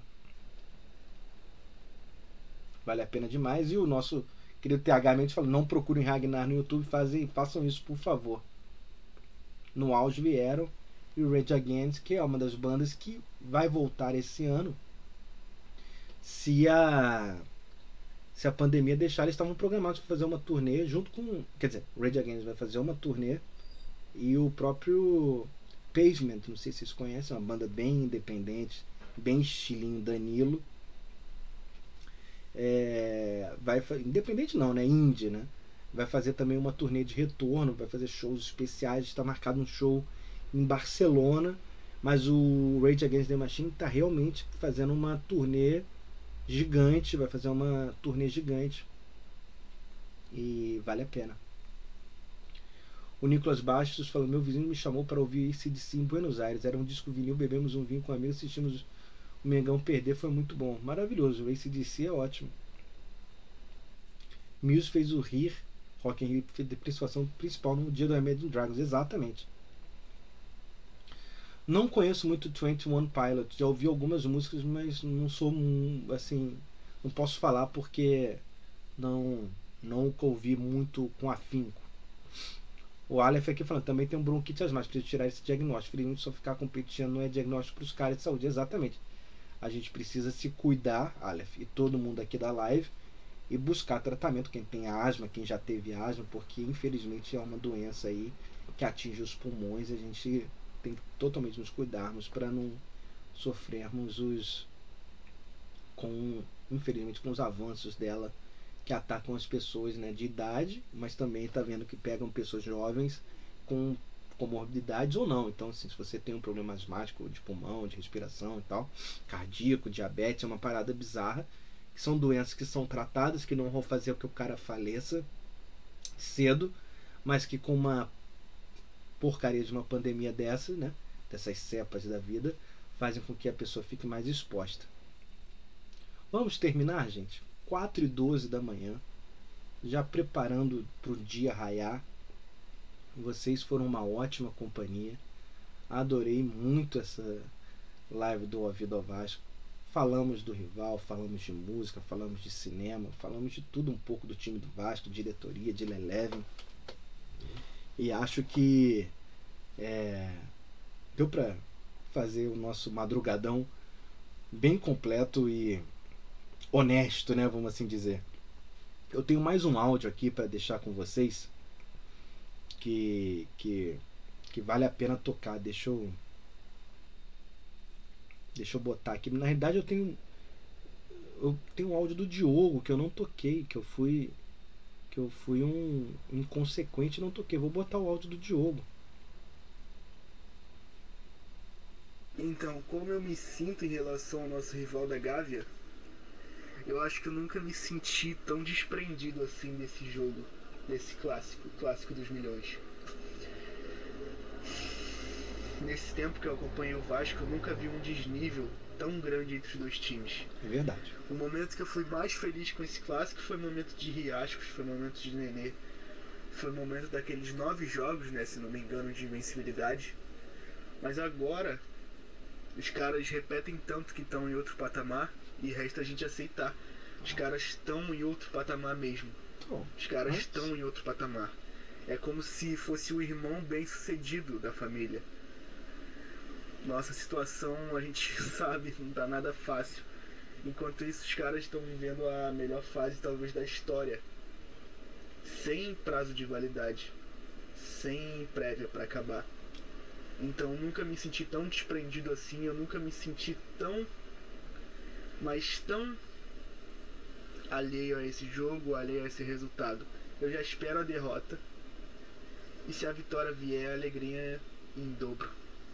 Vale a pena demais. E o nosso querido TH Mendes falou, não procurem Ragnar no YouTube, façam isso, por favor. No auge vieram e o Rage Against, que é uma das bandas que vai voltar esse ano. Se a pandemia deixar, eles estavam programados para fazer uma turnê junto com... Quer dizer, o Rage Against vai fazer uma turnê e o próprio Pavement, não sei se vocês conhecem, é uma banda bem independente, bem estilinho Danilo. Independente não, né? Indie, né? Vai fazer também uma turnê de retorno, vai fazer shows especiais, está marcado um show em Barcelona, mas o Rage Against the Machine está realmente fazendo uma turnê gigante, vai fazer uma turnê gigante e vale a pena. O Nicolas Bastos falou: meu vizinho me chamou para ouvir AC/DC em Buenos Aires, era um disco vinil, bebemos um vinho com amigos, assistimos o Mengão perder, foi muito bom, maravilhoso. O AC/DC é ótimo. Muse fez o Rir Rock in Rio de participação principal no dia do Imagine Dragons, exatamente. Não conheço muito 21 Pilots, já ouvi algumas músicas, mas não sou assim, não posso falar porque não ouvi muito com afinco. O Aleph aqui falando, também tem um bronquite asmático, preciso tirar esse diagnóstico. Felizmente só ficar competindo não é diagnóstico para os caras de saúde, exatamente. A gente precisa se cuidar, Aleph, e todo mundo aqui da live, e buscar tratamento, quem tem asma, quem já teve asma, porque infelizmente é uma doença aí que atinge os pulmões, a gente tem que totalmente nos cuidarmos para não sofrermos infelizmente com os avanços dela que atacam as pessoas, né, de idade, mas também está vendo que pegam pessoas jovens com comorbidades ou não. Então, assim, se você tem um problema asmático de pulmão, de respiração e tal, cardíaco, diabetes, é uma parada bizarra, que são doenças que são tratadas, que não vão fazer com que o cara faleça cedo, mas que com uma porcaria de uma pandemia dessa, né, dessas cepas da vida, fazem com que a pessoa fique mais exposta. Vamos terminar, gente? 4h12 da manhã, já preparando para o dia raiar. Vocês foram uma ótima companhia, adorei muito essa live do Ouvido ao Vasco. Falamos do rival, falamos de música, falamos de cinema, falamos de tudo um pouco do time do Vasco, diretoria, de Eleven. E acho que deu para fazer o nosso madrugadão bem completo e honesto, né, vamos assim dizer. Eu tenho mais um áudio aqui para deixar com vocês que vale a pena tocar. Deixa eu botar aqui. Na realidade eu tenho um áudio do Diogo que eu não toquei, que eu fui um inconsequente e não toquei. Vou botar o áudio do Diogo. Então, como eu me sinto em relação ao nosso rival da Gávea, eu acho que eu nunca me senti tão desprendido assim desse jogo, desse clássico dos milhões. Nesse tempo que eu acompanhei o Vasco, eu nunca vi um desnível tão grande entre os dois times. É verdade. O momento que eu fui mais feliz com esse clássico foi o momento de Riascos, foi o momento de Nenê, foi o momento daqueles 9 jogos, né, se não me engano, de invencibilidade. Mas agora, os caras repetem tanto que estão em outro patamar e resta a gente aceitar. Os caras estão em outro patamar mesmo. Os caras estão em outro patamar. É como se fosse o irmão bem-sucedido da família. Nossa situação, a gente sabe, não tá nada fácil. Enquanto isso, os caras estão vivendo a melhor fase talvez da história. Sem prazo de validade. Sem prévia para acabar. Então nunca me senti tão desprendido assim, eu nunca me senti tão, mas tão alheio a esse jogo, alheio a esse resultado. Eu já espero a derrota, e se a vitória vier, a alegria em dobro.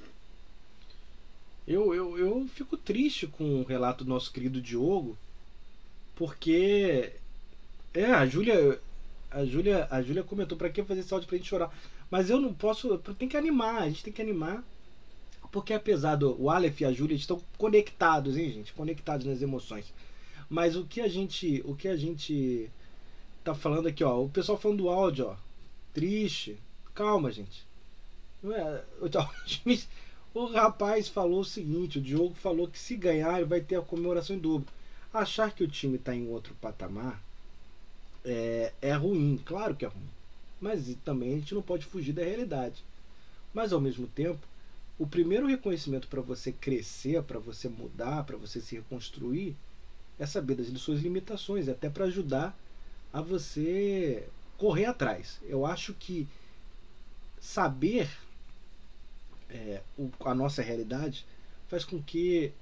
Eu fico triste com o relato do nosso querido Diogo, porque a Júlia comentou, pra que fazer esse áudio pra gente chorar? Mas eu não posso, tem que animar, a gente tem que animar, porque apesar do Aleph e a Júlia estão conectados, hein, gente? Conectados nas emoções. Mas o que a gente tá falando aqui, ó, o pessoal falando do áudio, ó, triste, calma, gente. Não é, o rapaz falou o seguinte, o Diogo falou que se ganhar ele vai ter a comemoração em dobro. Achar que o time tá em outro patamar é ruim, claro que é ruim. Mas também a gente não pode fugir da realidade. Mas ao mesmo tempo, o primeiro reconhecimento para você crescer, para você mudar, para você se reconstruir, é saber das suas limitações, até para ajudar a você correr atrás. Eu acho que saber a nossa realidade faz com que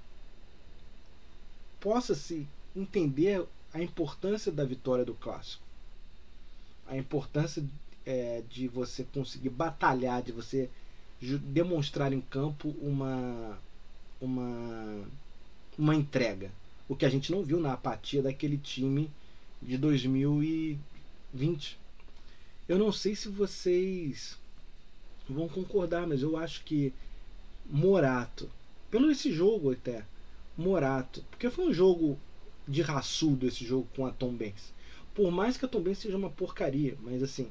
possa se entender a importância da vitória do clássico, a importância de você conseguir batalhar, de você demonstrar em campo uma entrega, o que a gente não viu na apatia daquele time de 2020. Eu não sei se vocês vão concordar, mas eu acho que Morato, pelo esse jogo até, Morato, porque foi um jogo de raçudo esse jogo com a Tombense. Por mais que a Tombense seja uma porcaria, mas assim,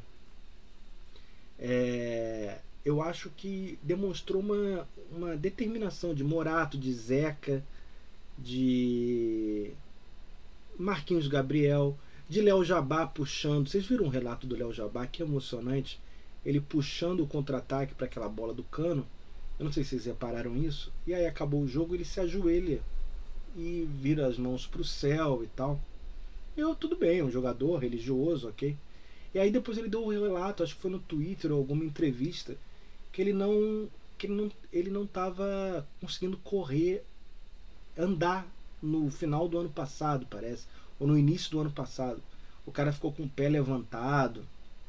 eu acho que demonstrou uma determinação de Morato, de Zeca, de Marquinhos Gabriel, de Léo Jabá puxando. Vocês viram um relato do Léo Jabá que é emocionante? Ele puxando o contra-ataque para aquela bola do Cano. Eu não sei se vocês repararam isso. E aí acabou o jogo, ele se ajoelha e vira as mãos para o céu e tal. Tudo bem, um jogador religioso, ok? E aí depois ele deu um relato, acho que foi no Twitter ou alguma entrevista, que ele não estava conseguindo correr, andar no final do ano passado, parece, ou no início do ano passado. O cara ficou com o pé levantado,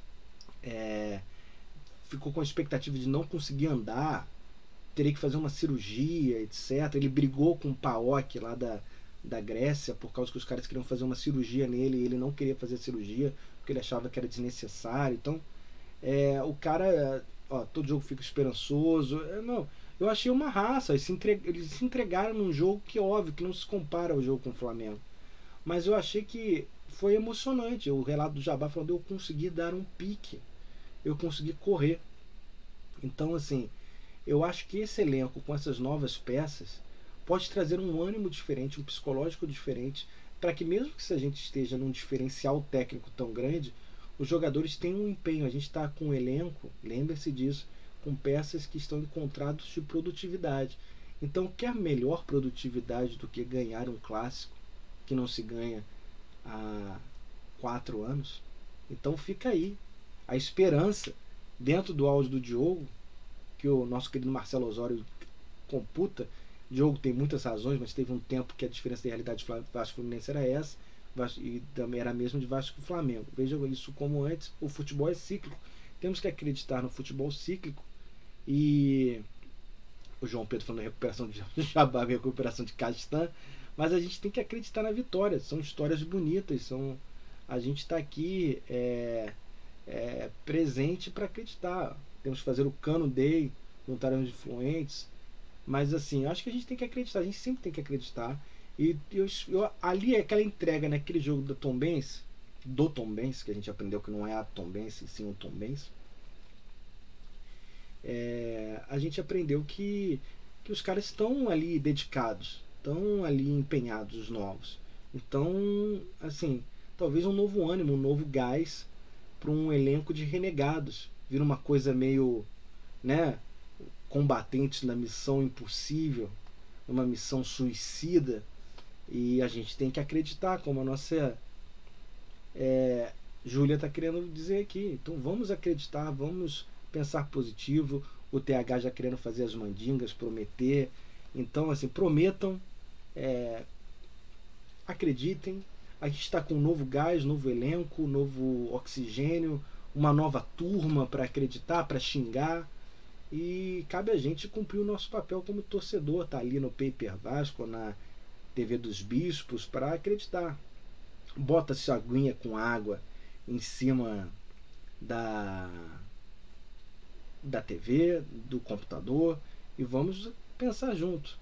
ficou com a expectativa de não conseguir andar, teria que fazer uma cirurgia, etc. Ele brigou com o PAOK lá da Grécia, por causa que os caras queriam fazer uma cirurgia nele e ele não queria fazer a cirurgia, porque ele achava que era desnecessário. Então, o cara, todo jogo fica esperançoso. Eu achei uma raça. Eles se entregaram num jogo que, óbvio, que não se compara ao jogo com o Flamengo. Mas eu achei que foi emocionante. O relato do Jabá falando: eu consegui dar um pique, eu consegui correr. Então, assim, eu acho que esse elenco com essas novas peças pode trazer um ânimo diferente, um psicológico diferente, para que mesmo que se a gente esteja num diferencial técnico tão grande, os jogadores tenham um empenho. A gente está com um elenco, lembre-se disso, com peças que estão em contratos de produtividade. Então, quer melhor produtividade do que ganhar um clássico que não se ganha há 4 anos? Então fica aí a esperança, dentro do áudio do Diogo, que o nosso querido Marcelo Osório computa. Diogo tem muitas razões, mas teve um tempo que a diferença da realidade Vasco Fluminense era essa, e também era a mesma de Vasco e Flamengo. Vejam isso como antes, o futebol é cíclico. Temos que acreditar no futebol cíclico. E o João Pedro falando da recuperação de Jabá, recuperação de Castan, mas a gente tem que acreditar na vitória. São histórias bonitas, a gente está aqui presente para acreditar. Temos que fazer o Cano Day, juntaremos influentes. Mas assim, acho que a gente tem que acreditar, a gente sempre tem que acreditar. E ali aquela entrega naquele jogo do Tombense, que a gente aprendeu que não é a Tombense, sim o Tombense. A gente aprendeu que os caras estão ali dedicados, estão ali empenhados, os novos. Então, assim, talvez um novo ânimo, um novo gás para um elenco de renegados. Vira uma coisa meio, combatentes na missão impossível, uma missão suicida. E a gente tem que acreditar, como a nossa Júlia está querendo dizer aqui. Então vamos acreditar, vamos pensar positivo. O TH já querendo fazer as mandingas, prometer. Então, assim, prometam, acreditem. A gente está com um novo gás, novo elenco, novo oxigênio, uma nova turma para acreditar, para xingar. E cabe a gente cumprir o nosso papel como torcedor, tá ali no Paper Vasco, na TV dos Bispos, para acreditar. Bota-se aguinha com água em cima da TV, do computador, e vamos pensar junto.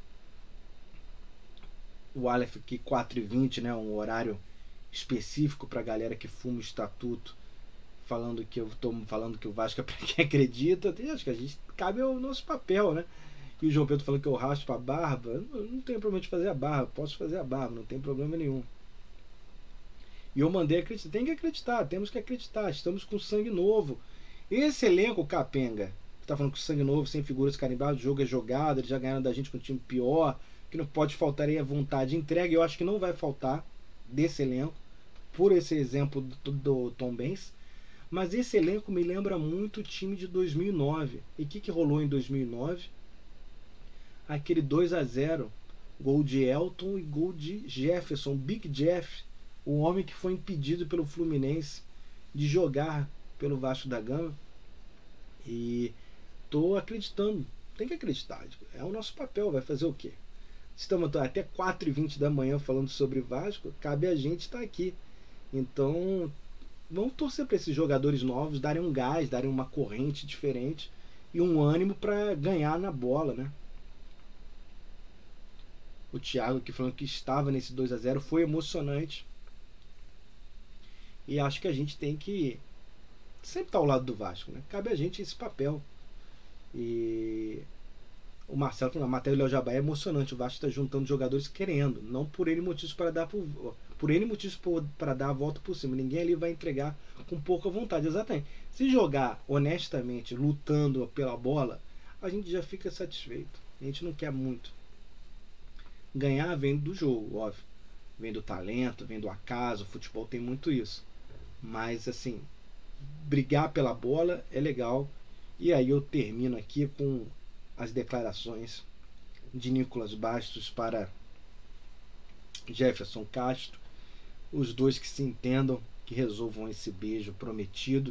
O Aleph aqui 4h20, um horário específico para a galera que fuma o estatuto, falando que eu estou falando que o Vasco é para quem acredita. Acho que a gente cabe ao nosso papel, E o João Pedro falando que eu raspo a barba. Eu não tenho problema de fazer a barba, posso fazer a barba, não tem problema nenhum. E eu mandei acreditar, tem que acreditar, temos que acreditar, estamos com sangue novo. Esse elenco capenga tá falando que sangue novo, sem figuras carimbadas, o jogo é jogado, eles já ganharam da gente com um time pior, que não pode faltar aí a vontade de entrega. Eu acho que não vai faltar desse elenco, por esse exemplo do Tom Benz. Mas esse elenco me lembra muito o time de 2009. E o que rolou em 2009? Aquele 2-0, gol de Elton e gol de Jefferson, Big Jeff, o homem que foi impedido pelo Fluminense de jogar pelo Vasco da Gama. E tô acreditando, tem que acreditar, é o nosso papel, vai fazer o quê? Estamos até 4h20 da manhã falando sobre Vasco, cabe a gente estar aqui. Então vamos torcer para esses jogadores novos darem um gás, darem uma corrente diferente e um ânimo para ganhar na bola, né? O Thiago que falando que estava nesse 2-0 foi emocionante. E acho que a gente tem que sempre estar ao lado do Vasco, né? Cabe a gente esse papel. E o Marcelo falou, a matéria do Léo Jabá é emocionante. O Vasco está juntando jogadores querendo, não por N motivos para dar para dar a volta por cima. Ninguém ali vai entregar com pouca vontade. Exatamente. Se jogar honestamente, lutando pela bola, a gente já fica satisfeito. A gente não quer muito. Ganhar vem do jogo, óbvio. Vem do talento, vem do acaso. O futebol tem muito isso. Mas assim, brigar pela bola é legal. E aí eu termino aqui com as declarações de Nicolas Bastos para Jefferson Castro. Os dois que se entendam, que resolvam esse beijo prometido.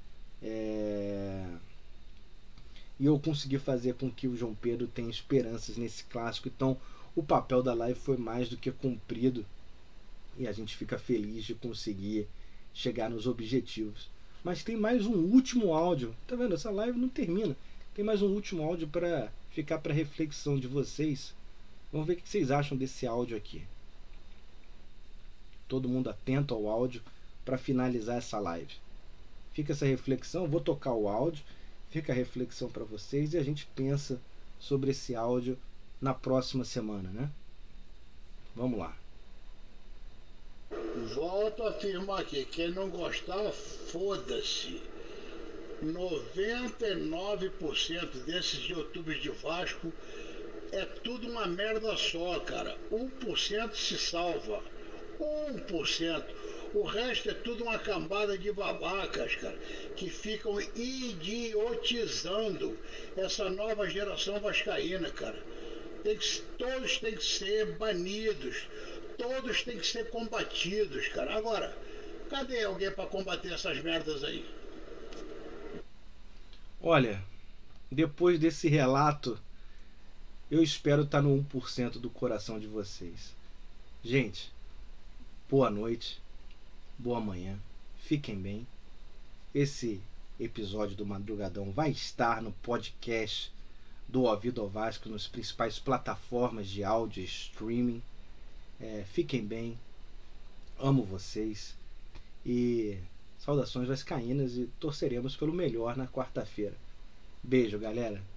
E eu consegui fazer com que o João Pedro tenha esperanças nesse clássico. Então o papel da live foi mais do que cumprido. E a gente fica feliz de conseguir chegar nos objetivos. Mas tem mais um último áudio. Tá vendo? Essa live não termina. Tem mais um último áudio para ficar para reflexão de vocês. Vamos ver o que vocês acham desse áudio aqui. Todo mundo atento ao áudio para finalizar essa live. Fica essa reflexão. Vou tocar o áudio. Fica a reflexão para vocês e a gente pensa sobre esse áudio na próxima semana, né? Vamos lá. Volto a afirmar aqui, quem não gostar, foda-se. 99% desses youtubers de Vasco é tudo uma merda só, cara. 1% se salva. 1%. O resto é tudo uma cambada de babacas, cara, que ficam idiotizando essa nova geração vascaína, cara. Todos têm que ser banidos. Todos têm que ser combatidos, cara. Agora, cadê alguém para combater essas merdas aí? Olha, depois desse relato, eu espero estar no 1% do coração de vocês. Gente, boa noite, boa manhã, fiquem bem. Esse episódio do Madrugadão vai estar no podcast do Ouvido ao Vasco, nas principais plataformas de áudio e streaming. Fiquem bem, amo vocês e saudações vascaínas e torceremos pelo melhor na quarta-feira. Beijo, galera.